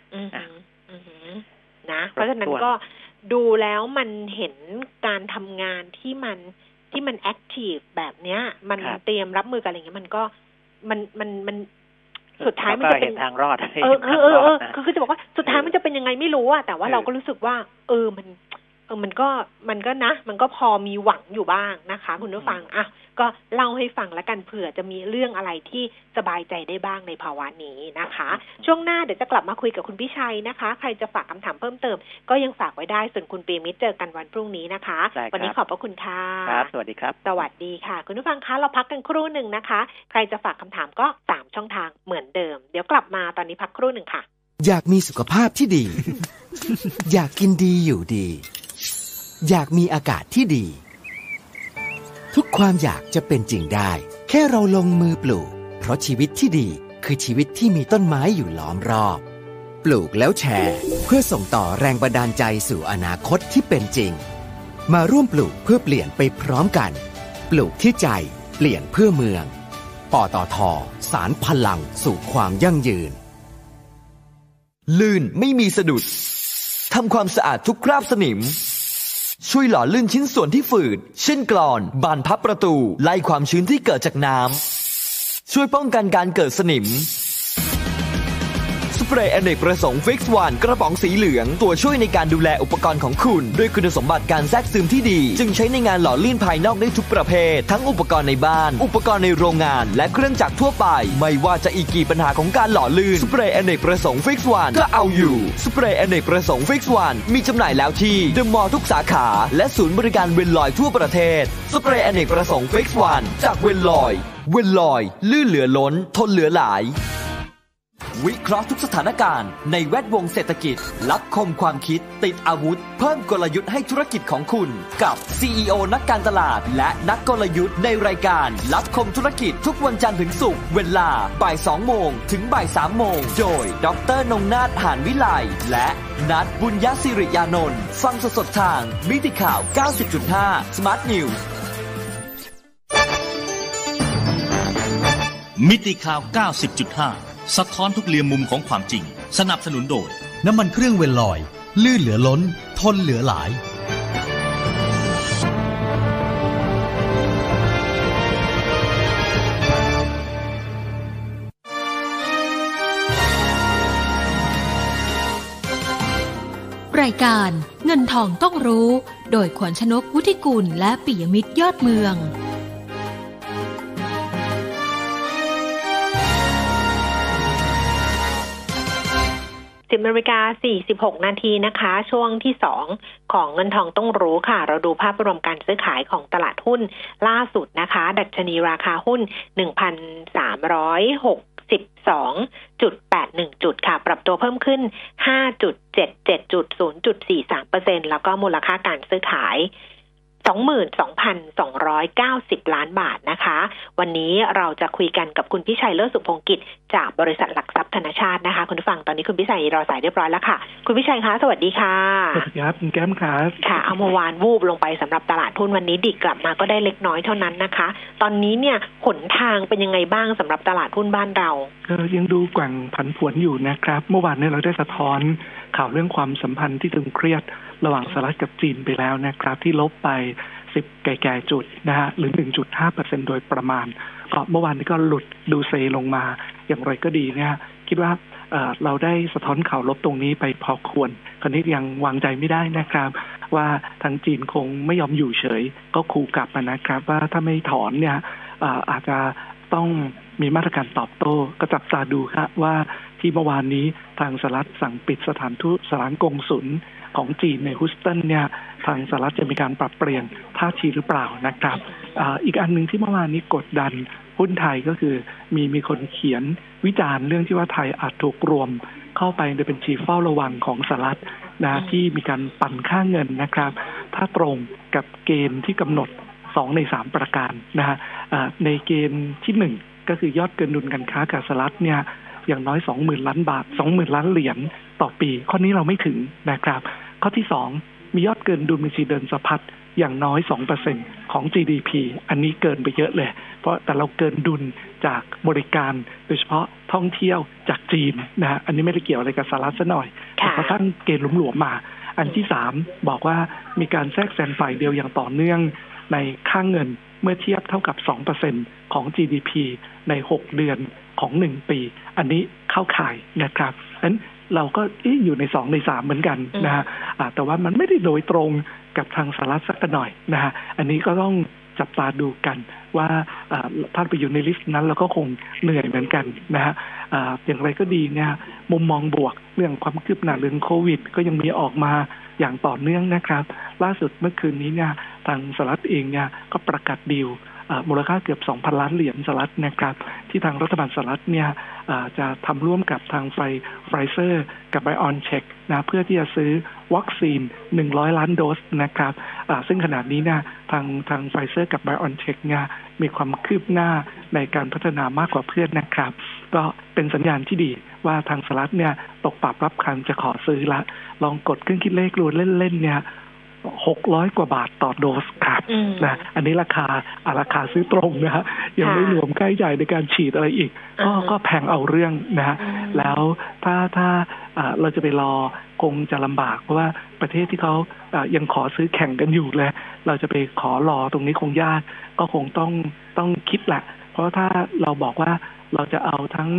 นะเพราะฉะนั้นก็ดูแล้วมันเห็นการทำงานที่มันที่มันแอคทีฟแบบเนี้ยมันเตรียมรับมือกันอะไรเงี้ยมันก็มันมันมันสุดท้ายมันจะเป็นทางรอดเออเออเออเออคือคือจะบอกว่าสุดท้ายมันจะเป็นยังไงไม่รู้อะแต่ว่าเราก็รู้สึกว่าเออมันเออมันก็มันก็นะมันก็พอมีหวังอยู่บ้างนะคะคุณผู้ฟังอ่ะก็เล่าให้ฟังแล้วกันเผื่อจะมีเรื่องอะไรที่สบายใจได้บ้างในภาวะนี้นะคะช่วงหน้าเดี๋ยวจะกลับมาคุยกับคุณพิชัยนะคะใครจะฝากคำถามเพิ่มเติมก็ยังฝากไว้ได้ส่วนคุณปีมิตรเจอกันวันพรุ่งนี้นะคะวันนี้ขอบพระคุณค่ะครับสวัสดีครับสวัสดีค่ะคุณผู้ฟังคะเราพักกันครู่หนึ่งนะคะใครจะฝากคำถามก็สามช่องทางเหมือนเดิมเดี๋ยวกลับมาตอนนี้พักครู่หนึ่งค่ะอยากมีสุขภาพที่ดี อยากกินดีอยู่ดีอยากมีอากาศที่ดีทุกความอยากจะเป็นจริงได้แค่เราลงมือปลูกเพราะชีวิตที่ดีคือชีวิตที่มีต้นไม้อยู่ล้อมรอบปลูกแล้วแชร์เพื่อส่งต่อแรงบันดาลใจสู่อนาคตที่เป็นจริงมาร่วมปลูกเพื่อเปลี่ยนไปพร้อมกันปลูกที่ใจเปลี่ยนเพื่อเมืองปตท.สานพลังสู่ความยั่งยืนลื่นไม่มีสะดุดทำความสะอาดทุกคราบสนิมช่วยหล่อลื่นชิ้นส่วนที่ฝืดเช่นกลอนบานพับประตูไล่ความชื้นที่เกิดจากน้ำช่วยป้องกันการเกิดสนิมสเปเปรย์อเนกประสงค์ฟิกซ์วันกระป๋องสีเหลืองตัวช่วยในการดูแลอุปกรณ์ของคุณด้วยคุณสมบัติการแทรกซึมที่ดีจึงใช้ในงานหล่อลื่นภายนอกได้ทุกประเภททั้งอุปกรณ์ในบ้านอุปกรณ์ในโรงงานและเครื่องจักรทั่วไปไม่ว่าจะอีกกี่ปัญหาของการหล่อลื่นสเปรย์อเนกประสงค์ฟิกซ์วันก็เอาอยู่สเปรย์อเนกประสงค์ฟิกซ์วันมีจำหน่ายแล้วที่เดอะมอลล์ทุกสาขาและศูนย์บริการเวนลอยทั่วประเทศสเปรย์อเนกประสงค์ฟิกซ์วันจากเวนลอยเวนลอยลื่นเหลือล้นทนเหลือหลายวิเคราะห์ทุกสถานการณ์ในแวดวงเศรษฐกิจลับคมความคิดติดอาวุธเพิ่มกลยุทธ์ให้ธุรกิจของคุณกับ ซี อี โอ นักการตลาดและนักกลยุทธ์ในรายการลับคมธุรกิจทุกวันจันทร์ถึงศุกร์เวลาบ่ายสองโมงถึงบ่ายสามโมงโดยดร.นงนาถ หานวิไลและนัทบุญยศิริยานนท์ฟังสดๆทางมิติข่าว เก้าสิบจุดห้า Smart News มิติข่าว เก้าสิบจุดห้า สะท้อนทุกเหลี่ยมมุมของความจริงสนับสนุนโดยน้ำมันเครื่องเวนลอยลื่นเหลือล้นทนเหลือหลายรายการเงินทองต้องรู้โดยขวัญชนกวุฒิกุลและปิยมิตรยอดเมืองสิบนาฬิกาสี่สิบหกนาทีนะคะช่วงที่สองของเงินทองต้องรู้ค่ะเราดูภาพรวมการซื้อขายของตลาดหุ้นล่าสุดนะคะดัชนีราคาหุ้น หนึ่งพันสามร้อยหกสิบสองจุดแปดหนึ่ง จุดค่ะปรับตัวเพิ่มขึ้น ห้าจุดเจ็ดเจ็ด จุด ศูนย์จุดสี่สามเปอร์เซ็นต์ แล้วก็มูลค่าการซื้อขาย สองหมื่นสองพันสองร้อยเก้าสิบ ล้านบาทนะคะวันนี้เราจะคุยกันกับคุณพิชัยเลิศสุพงกิจจากบริษัทหลักทรัพย์ธนชาตินะคะคุณผู้ฟังตอนนี้คุณพิชัยรอสายเรียบร้อยแล้วค่ะคุณพิชัยคะสวัสดีค่ะสวัสดีครับคุณแก้มครับค่ะเอาเมื่อวานวูบลงไปสำหรับตลาดหุ้นวันนี้ดิกกลับมาก็ได้เล็กน้อยเท่านั้นนะคะตอนนี้เนี่ยหนทางเป็นยังไงบ้างสำหรับตลาดหุ้นบ้านเราก็ยังดูแกว่งผันผวนอยู่นะครับเมื่อวานนี้เราได้สะท้อนข่าวเรื่องความสัมพันธ์ที่ตึงเครียดระหว่างสหรัฐกับจีนไปแล้วนะครับที่ลบไปสิบแก่ๆจุดนะฮะหรือ หนึ่งจุดห้าเปอร์เซ็นต์ โดยประมาณก็เมื่อวานนี้ก็หลุดดูเซลงมาอย่างไรก็ดีเนี่ยคิดว่า เอ่อ เราได้สะท้อนข่าวลบตรงนี้ไปพอควรคราวนี้ยังวางใจไม่ได้นะครับว่าทางจีนคงไม่ยอมอยู่เฉยก็ขู่กลับมานะครับว่าถ้าไม่ถอนเนี่ย อ, อาจจะต้องมีมาตรการตอบโต้ก็จับตาดูครับว่าที่เมื่อวานนี้ทางสหรัฐสั่งปิดสถานทูตสถานกงสุลของจีนในฮูสตันเนี่ยทางสหรัฐจะมีการปรับเปลี่ยนท่าทีหรือเปล่านะครับ อ, อีกอันนึงที่เมื่อวานนี้กดดันหุ้นไทยก็คือมีมีคนเขียนวิจารณ์เรื่องที่ว่าไทยอาจถูกรวมเข้าไปในบัญชีเฝ้าระวังของสหรัฐนะที่มีการปั่นค่าเงินนะครับถ้าตรงกับเกณฑ์ที่กำหนดสองในสามประการนะฮะในเกณฑ์ที่หนึ่งก็คือยอดเกินดุลการค้ากับสหรัฐเนี่ยอย่างน้อย สองหมื่น ล้านบาท สองหมื่น ล้านเหรียญต่อปีข้อนี้เราไม่ถึงนะครับข้อที่สองมียอดเกินดุลบัญชีเดินสะพัดอย่างน้อย สองเปอร์เซ็นต์ ของ จี ดี พี อันนี้เกินไปเยอะเลยเพราะแต่เราเกินดุลจากบริการโดยเฉพาะท่องเที่ยวจากจีนนะฮะอันนี้ไม่ได้เกี่ยวอะไรกับสหรัฐซะหน่อยแต่เขาตั้งเกณฑ์หลวมๆมาอันที่สามบอกว่ามีการแทรกแซงฝ่ายเดียวอย่างต่อเนื่องในค่าเงินเมื่อเทียบเท่ากับ สองเปอร์เซ็นต์ ของ จี ดี พี ในหกเดือนของหนึ่งปีอันนี้เข้าข่ายนะครับนั้นเราก็อยู่ในสองในสามเหมือนกันนะฮะแต่ว่ามันไม่ได้โดยตรงกับทางสหรัฐสักหน่อยนะฮะอันนี้ก็ต้องจับตาดูกันว่าถ้าไปอยู่ในลิสต์นั้นเราก็คงเหนื่อยเหมือนกันนะฮะอย่างไรก็ดีเนี่ยมุมมองบวกเรื่องความคืบหน้าเรื่องโควิดก็ยังมีออกมาอย่างต่อเนื่องนะครับล่าสุดเมื่อคืนนี้เนี่ยทางสหรัฐเองเนี่ยก็ประกาศดีลมูลค่าเกือบ สองพัน ล้านเหรียญสหรัฐนะครับที่ทางรัฐบาลสหรัฐเนี่ยจะทำร่วมกับทางไฟไฟเซอร์กับไบออนเทคนะเพื่อที่จะซื้อวัคซีนหนึ่งร้อยล้านโดสนะครับซึ่งขณะนี้เนี่ยทางทางไฟเซอร์กับไบออนเทคเนี่ยมีความคืบหน้าในการพัฒนามากกว่าเพื่อนนะครับก็เป็นสัญญาณที่ดีว่าทางสหรัฐเนี่ยตกปรับรับคำจะขอซื้อละลองกดเครื่องคิดเลขดูเล่นๆเนี่ยหกร้อยกว่าบาทต่อโดสครับนะอันนี้ราคาราคาซื้อตรงนะฮะยังไม่รวมค่าใช้จ่ายในการฉีดอะไรอีกก็ก็แพงเอาเรื่องนะฮะแล้วถ้าถ้าเราจะไปรอคงจะลำบากเพราะว่าประเทศที่เขายังขอซื้อแข่งกันอยู่เลยเราจะไปขอรอตรงนี้คงยากก็คงต้องต้องคิดแหละเพราะถ้าเราบอกว่าเราจะเอาทั้ง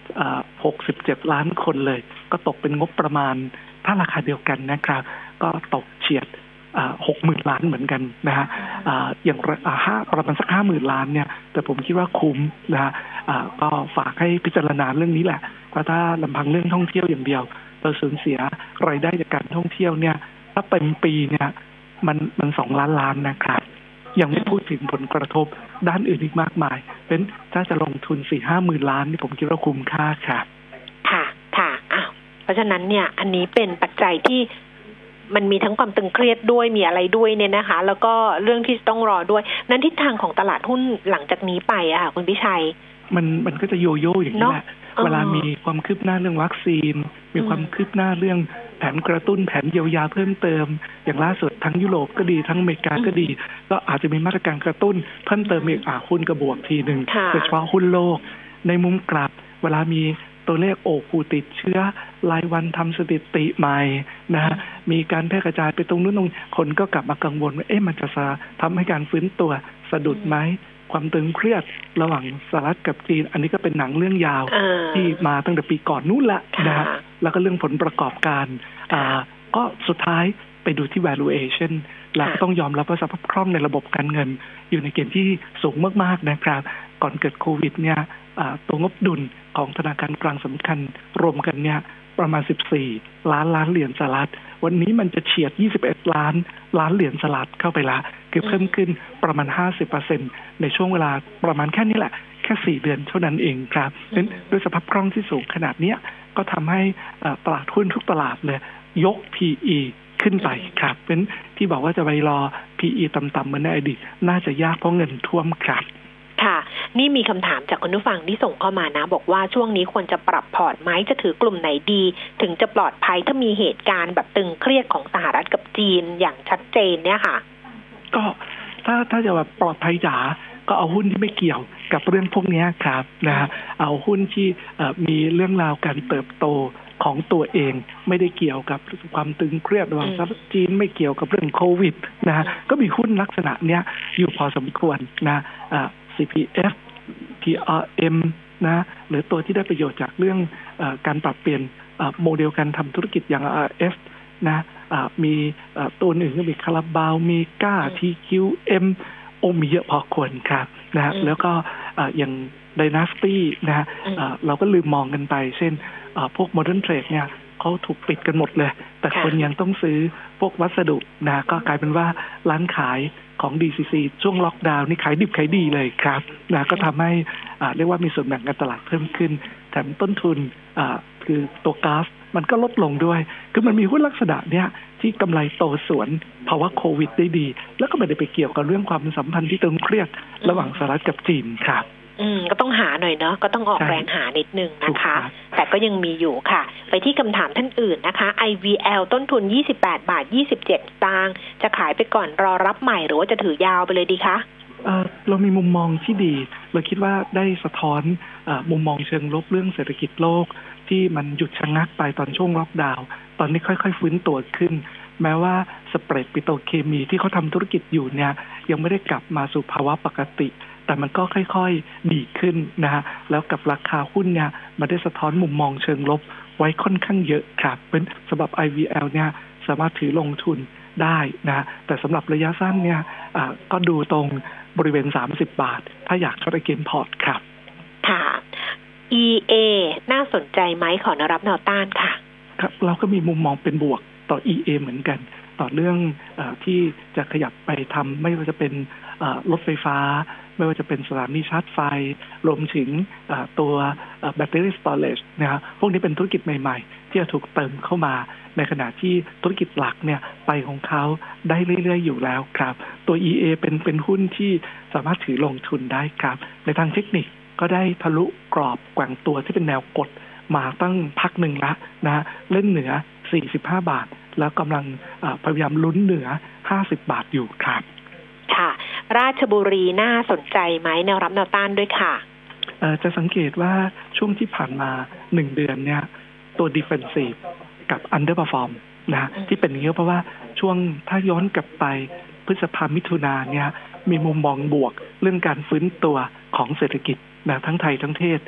หกสิบเจ็ดล้านคนเลยก็ตกเป็นงบประมาณถ้าราคาเดียวกันนะครับก็ตกเฉียดหกหมื่นล้านเหมือนกันนะฮะอย่างห้าประมาณสักห้าหมื่นล้านเนี่ยแต่ผมคิดว่าคุ้มนะฮะก็ฝากให้พิจารณาเรื่องนี้แหละเพราะถ้าลำพังเรื่องท่องเที่ยวอย่างเดียวเราสูญเสียรายได้จากการท่องเที่ยวเนี่ยถ้าเป็นปีเนี่ยมันมันสองล้านล้านนะครับยังไม่พูดถึงผลกระทบด้านอื่นอีกมากมายเป็นถ้าจะลงทุนสี่ห้าหมื่นล้านนี่ผมคิดว่าคุ้มค่าค่ะค่ะค่ะอ้าวเพราะฉะนั้นเนี่ยอันนี้เป็นปัจจัยที่มันมีทั้งความตึงเครียดด้วยมีอะไรด้วยเนี่ยนะคะแล้วก็เรื่องที่ต้องรอด้วยนั้นทิศทางของตลาดหุ้นหลังจากนี้ไปอะค่ะคุณพิชัยมันมันก็จะโยโย่อย่างนี้แหละเวลามีความคืบหน้าเรื่องวัคซีนมีความคืบหน้าเรื่องแผนกระตุ้นแผนเยียวยาเพิ่มเติมอย่างล่าสุดทั้งยุโรปก็ดีทั้งอเมริกาก็ดีก็อาจจะมีมาตรการกระตุ้นเพิ่มเติมอีกอ่าหุ้นกระบวกทีหนึ่งโดยเฉพาะหุ้นโลกในมุมกลับเวลามีตัวเลขโอ้ผู้ติดเชื้อรายวันทำสถิติใหม่นะฮะมีการแพร่กระจายไปตรงนู้นตรงคนก็กลับมากังวลว่าเอ๊ะมันจะทำให้การฟื้นตัวสะดุดไหมความตึงเครียดระหว่างสหรัฐกับจีนอันนี้ก็เป็นหนังเรื่องยาวที่มาตั้งแต่ปีก่อนนู้นละนะฮะแล้วก็เรื่องผลประกอบการอ่าก็สุดท้ายไปดูที่ valuation แล้วก็ต้องยอมรับว่าสภาพคล่องในระบบการเงินอยู่ในเกณฑ์ที่สูงมากๆนะครับก่อนเกิดโควิดเนี่ยตัวงบดุลของธนาคารกลางสำคัญรวมกันเนี่ยประมาณสิบสี่ล้านล้านเหรียญสหรัฐวันนี้มันจะเฉียดยี่สิบเอ็ดล้านล้านเหรียญสหรัฐเข้าไปละคือเพิ่มขึ้นประมาณ ห้าสิบเปอร์เซ็นต์ ในช่วงเวลาประมาณแค่นี้แหละแค่สี่เดือนเท่านั้นเองครับนั้นด้วยสภาพคล่องที่สูงขนาดนี้ก็ทำให้ตลาดหุ้นทุกตลาดเลยยก พี อี ขึ้นไปครับเป็นที่บอกว่าจะไปรอ พี อี ต่ำๆเหมือนในอดีตน่าจะยากเพราะเงินท่วมครับค่ะนี่มีคำถามจากคุณผู้ฟังที่ส่งเข้ามานะบอกว่าช่วงนี้ควรจะปรับพอร์ตไหมจะถือกลุ่มไหนดีถึงจะปลอดภัยถ้ามีเหตุการณ์แบบตึงเครียดของสหรัฐกับจีนอย่างชัดเจนเนี่ยค่ะก็ถ้าถ้าจะแบบปลอดภัยจ๋าก็เอาหุ้นที่ไม่เกี่ยวกับเรื่องพวกนี้ครับนะฮะเอาหุ้นที่มีเรื่องราวการเติบโตของตัวเองไม่ได้เกี่ยวกับความตึงเครียดระหว่างสหรัฐจีนไม่เกี่ยวกับเรื่องโควิดนะฮะก็มีหุ้นลักษณะเนี้ยอยู่พอสมควรนะอ่า ซี พี เอฟ ที อาร์ เอ็ม นะหรือตัวที่ได้ประโยชน์จากเรื่องเอ่อการปรับเปลี่ยนโมเดลการทำธุรกิจอย่าง อาร์ เอฟ นะมีตัวหนึ่งก็มีคาราบาวมีก้า ที คิว เอ็ม โอ้มีเยอะพอควรครับนะแล้วก็อย่าง Dynasty นะเราก็ลืมมองกันไปเช่นพวก Modern Trade เนี่ยเขาถูกปิดกันหมดเลยแต่คนยังต้องซื้อพวกวัสดุนะก็กลายเป็นว่าร้านขายของ ดี ซี ซี ช่วงล็อกดาวน์นี่ขายดิบขายดีเลยครับนะก็ทำให้เรียกว่ามีส่วนแบ่งการตลาดเพิ่มขึ้นแถมต้นทุนคือตัวก๊าซมันก็ลดลงด้วยคือมันมีหุ้นลักษณะเนี้ยที่กำไรโตสวนภาวะโควิดได้ดีแล้วก็ไม่ได้ไปเกี่ยวกับเรื่องความสัมพันธ์ที่ตึงเครียดระหว่างสหรัฐกับจีนครับอืมก็ต้องหาหน่อยเนาะก็ต้องออกแรงหานิดนึงนะคะแต่ก็ยังมีอยู่ค่ะไปที่คำถามท่านอื่นนะคะ ไอ วี แอล ต้นทุนยี่สิบแปดบาทยี่สิบเจ็ดสตางค์จะขายไปก่อนรอรับใหม่หรือว่าจะถือยาวไปเลยดีคะเอ่อเรามีมุมมองที่ดีเราคิดว่าได้สะท้อนเอ่อมุมมองเชิงลบเรื่องเศรษฐกิจโลกที่มันหยุดชะงักไปตอนช่วงล็อกดาวน์ตอนนี้ค่อยๆฟื้นตัวขึ้นแม้ว่าสเปรดปิโตรเคมีที่เขาทำธุรกิจอยู่เนี่ยยังไม่ได้กลับมาสู่ภาวะปกติแต่มันก็ค่อยๆดีขึ้นนะฮะแล้วกับราคาหุ้นเนี่ยมันได้สะท้อนมุมมองเชิงลบไว้ค่อนข้างเยอะครับเป็นสำหรับ ไอ วี แอล เนี่ยสามารถถือลงทุนได้นะแต่สำหรับระยะสั้นเนี่ยก็ดูตรงบริเวณสามสิบบาทถ้าอยากช็อตเกนพอร์ตครับค่ะ อี เอ น่าสนใจไหมขอแนวรับแนวต้านค่ะครับเราก็มีมุมมองเป็นบวกต่อ อี เอ เหมือนกันต่อเรื่องเอ่อที่จะขยับไปทำไม่ว่าจะเป็นรถไฟฟ้าไม่ว่าจะเป็นสถานีชาร์จไฟรวมถึงตัวแบตเตอรี่สตอเรจนะฮะพวกนี้เป็นธุรกิจใหม่ๆที่จะถูกเติมเข้ามาในขณะที่ธุรกิจหลักเนี่ยไปของเขาได้เรื่อยๆอยู่แล้วครับตัว อี เอ เป็นเป็นหุ้นที่สามารถถือลงทุนได้ครับในทางเทคนิคก็ได้ทะลุกรอบแกว่งตัวที่เป็นแนวกดมาตั้งพักหนึ่งละนะฮะเล่นเหนือสี่สิบห้าบาทแล้วกำลังพยายามลุ้นเหนือห้าสิบบาทอยู่ครับค่ะราชบุรีน่าสนใจไหมแนวรับแนวต้านด้วยค่ะจะสังเกตว่าช่วงที่ผ่านมาหนึ่งเดือนเนี่ยตัว defensive กับ underperform นะที่เป็นอย่างนี้เพราะว่าช่วงถ้าย้อนกลับไปพฤษภามิถุนาเนี่ยมีมุมมองบวกเรื่องการฟื้นตัวของเศรษฐกิจนะทั้งไทยทั้งเทศ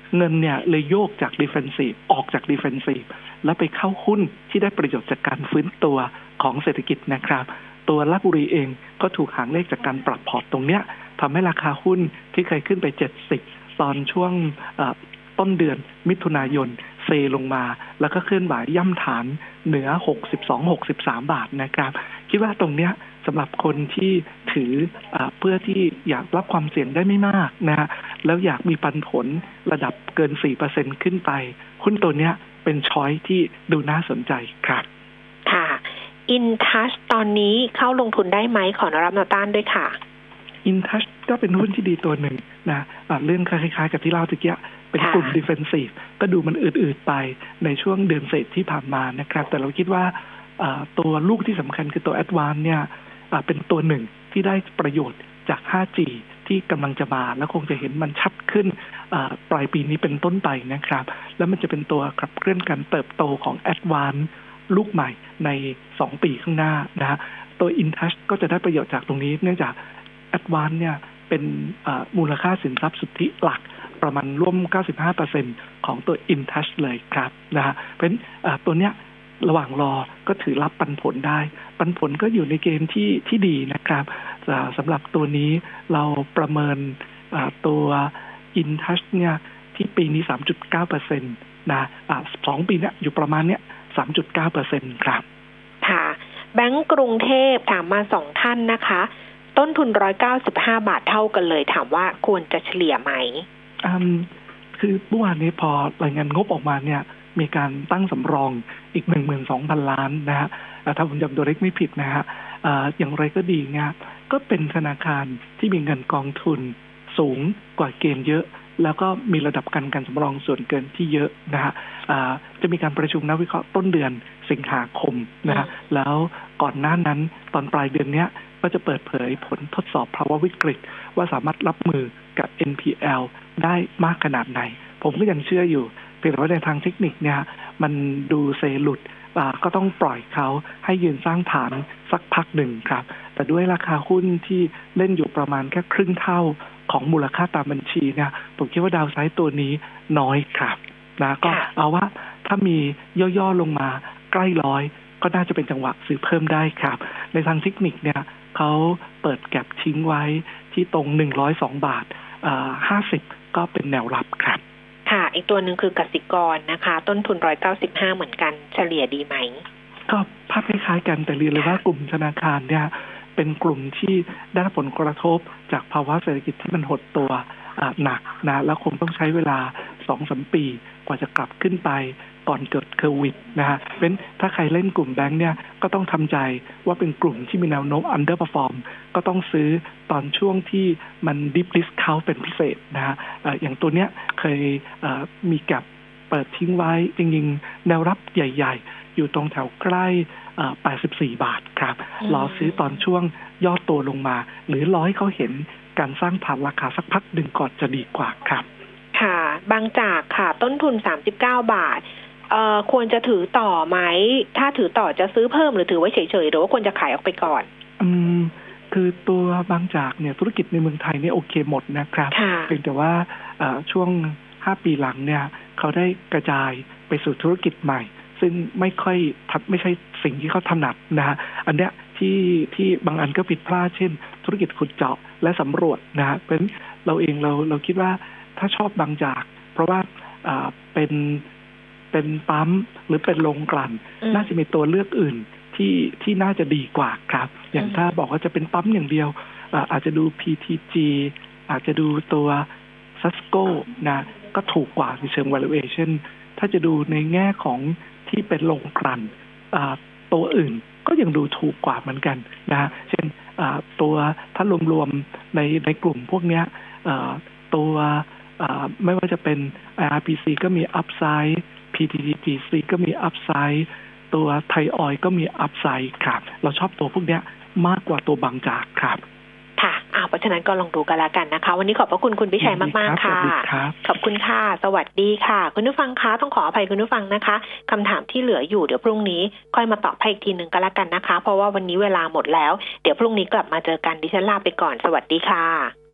เงินเนี่ยเลยโยกจาก defensive ออกจาก defensive แล้วไปเข้าหุ้นที่ได้ประโยชน์จากการฟื้นตัวของเศรษฐกิจนะครับตัวลพบุรีเองก็ถูกหางเลขจากการปรับพอร์ตตรงเนี้ยทำให้ราคาหุ้นที่เคยขึ้นไปเจ็ดสิบตอนช่วงต้นเดือนมิถุนายนเซลงมาแล้วก็เคลื่อนไหวย่ำฐานเหนือหกสิบสอง หกสิบสามบาทนะครับคิดว่าตรงเนี้ยสำหรับคนที่ถือเพื่อที่อยากรับความเสี่ยงได้ไม่มากนะฮะแล้วอยากมีปันผลระดับเกิน สี่เปอร์เซ็นต์ ขึ้นไปหุ้นตัวเนี้ยเป็นช้อยที่ดูน่าสนใจครับค่ะInTouch ตอนนี้เข้าลงทุนได้ไหมขอแนวรับแนวต้านด้วยค่ะ InTouch ก็เป็นหุ้นที่ดีตัวหนึ่งนะเรื่องคล้ายๆกับที่เล่าตะกี้เป็นกลุ่ม defensive ก็ดูมันอืดๆไปในช่วงเดือนเศษที่ผ่านมานะครับแต่เราคิดว่าตัวลูกที่สำคัญคือตัว Advance เนี่ยเป็นตัวหนึ่งที่ได้ประโยชน์จาก ไฟว์จี ที่กำลังจะมาแล้วคงจะเห็นมันชัดขึ้นปลายปีนี้เป็นต้นไปนะครับแล้วมันจะเป็นตัวขับเคลื่อนการเติบโตของ Advance ลูกใหม่ในสองปีข้างหน้านะฮะตัว InTouch ก็จะได้ประโยชน์จากตรงนี้เนื่องจาก Advance เนี่ยเป็นมูลค่าสินทรัพย์สุทธิหลักประมาณร่วม เก้าสิบห้าเปอร์เซ็นต์ ของตัว InTouch เลยครับนะฮะเพราะฉะนั้นตัวเนี้ยระหว่างรอก็ถือรับปันผลได้ปันผลก็อยู่ในเกณฑ์ที่ที่ดีนะครับสำหรับตัวนี้เราประเมินตัว InTouch เนี่ยที่ปีนี้ สามจุดเก้าเปอร์เซ็นต์ นะสองปีเนี้ยอยู่ประมาณเนี้ย สามจุดเก้าเปอร์เซ็นต์ ครับค่ะแบงก์กรุงเทพถามมาสองท่านนะคะต้นทุนหนึ่งร้อยเก้าสิบห้าบาทเท่ากันเลยถามว่าควรจะเฉลี่ยไหมอืมคือเมื่อวานนี้พอรายงานงบออกมาเนี่ยมีการตั้งสำรองอีก หนึ่งหมื่นสองพัน ล้านนะฮะถ้าผมจำตัวเลขไม่ผิดนะฮะอย่างไรก็ดีเนี่ยก็เป็นธนาคารที่มีเงินกองทุนสูงกว่าเกณฑ์เยอะแล้วก็มีระดับการการสำรองส่วนเกินที่เยอะนะฮะจะมีการประชุมนักวิเคราะห์ต้นเดือนสิงหาคมนะฮะแล้วก่อนหน้านั้นตอนปลายเดือนเนี้ยก็จะเปิดเผยผลทดสอบภาวะวิกฤตว่าสามารถรับมือกับ เอ็น พี แอล ได้มากขนาดไหนผมก็ยังเชื่ออยู่เพียงแต่ว่าในทางเทคนิคเนี่ยมันดูเซหลุดก็ต้องปล่อยเขาให้ยืนสร้างฐานสักพักหนึ่งครับแต่ด้วยราคาหุ้นที่เล่นอยู่ประมาณแค่ครึ่งเท่าของมูลค่าตามบัญชีเนี่ยผมคิดว่าดาวไซด์ตัวนี้น้อยครับนะก็เอาว่าถ้ามีย่อๆลงมาใกล้ร้อยก็น่าจะเป็นจังหวะซื้อเพิ่มได้ครับในทางเทคนิคเนี่ยเขาเปิดแก็ปทิ้งไว้ที่ตรงหนึ่งร้อยสองบาทห้าสิบก็เป็นแนวรับครับค่ะอีกตัวหนึ่งคือกสิกรนะคะต้นทุนหนึ่งร้อยเก้าสิบห้าเหมือนกันเฉลี่ยดีไหมก็ภาพคล้ายๆกันแต่เรียนเลยว่ากลุ่มธนาคารเนี่ยเป็นกลุ่มที่ได้รับผลกระทบจากภาวะเศรษฐกิจที่มันหดตัวหนักนะแล้วคงต้องใช้เวลา สองถึงสาม ปีกว่าจะกลับขึ้นไปก่อนเกิดโควิดนะฮะเพราะฉะนั้นถ้าใครเล่นกลุ่มแบงค์เนี่ยก็ต้องทำใจว่าเป็นกลุ่มที่มีแนวโน้ม underperform ก็ต้องซื้อตอนช่วงที่มัน deep discount เป็นพิเศษนะฮะอย่างตัวเนี้ยเคยมีแก็ปเปิดทิ้งไว้จริงๆแนวรับใหญ่ๆอยู่ตรงแถวใกล้แปดสิบสี่บาทครับรอซื้อตอนช่วงย่อตัวลงมาหรือรอให้เขาเห็นการสร้างฐานราคาสักพักหนึ่งก่อนจะดีกว่าครับค่ะบางจากค่ะต้นทุนสามสิบเก้าบาทเอ่อควรจะถือต่อไหมถ้าถือต่อจะซื้อเพิ่มหรือถือไว้เฉยๆหรือว่าควรจะขายออกไปก่อนอืมคือตัวบางจากเนี่ยธุรกิจในเมืองไทยเนี่ยโอเคหมดนะครับเพียงแต่ว่าช่วงห้าปีหลังเนี่ยเขาได้กระจายไปสู่ธุรกิจใหม่ซึ่งไม่ค่อยทัดไม่ใช่สิ่งที่เขาถนัดนะฮะอันเนี้ยที่ที่บางอันก็ผิดพลาดเช่นธุรกิจขุดเจาะและสำรวจนะฮะเป็นเราเองเราเราคิดว่าถ้าชอบบางจากเพราะว่าอ่าเป็นเป็นปั๊มหรือเป็นโรงกลั่นน่าจะมีตัวเลือกอื่นที่ที่น่าจะดีกว่าครับอย่างถ้าบอกว่าจะเป็นปั๊มอย่างเดียวอาจจะดู พี ที จี อาจจะดูตัวซัสโก้นะก็ถูกกว่าในเชิง valuation ถ้าจะดูในแง่ของที่เป็นโรงกลั่นตัวอื่นก็ยังดูถูกกว่าเหมือนกันนะเช่นตัวถ้ารวมๆในในกลุ่มพวกนี้ตัวไม่ว่าจะเป็น ไอ อาร์ พี ซี ก็มี upside พี ที จี ซี ก็มี upside ตัวไทยออยล์ก็มี upside ครับเราชอบตัวพวกนี้มากกว่าตัวบางจากครับค่ะอ้าวเพราะฉะนั้นก็ลองดูกันละกันนะคะวันนี้ขอบพระคุณคุณพิชัยมากๆค่ะขอบคุณค่ะสวัสดีค่ะคุณผู้ฟังคะต้องขออภัยคุณผู้ฟังนะคะคำถามที่เหลืออยู่เดี๋ยวพรุ่งนี้ค่อยมาตอบให้อีกทีหนึ่งก็แล้วกันนะคะเพราะว่าวันนี้เวลาหมดแล้วเดี๋ยวพรุ่งนี้กลับมาเจอกันดิฉันลาไปก่อนสวัสดีค่ะ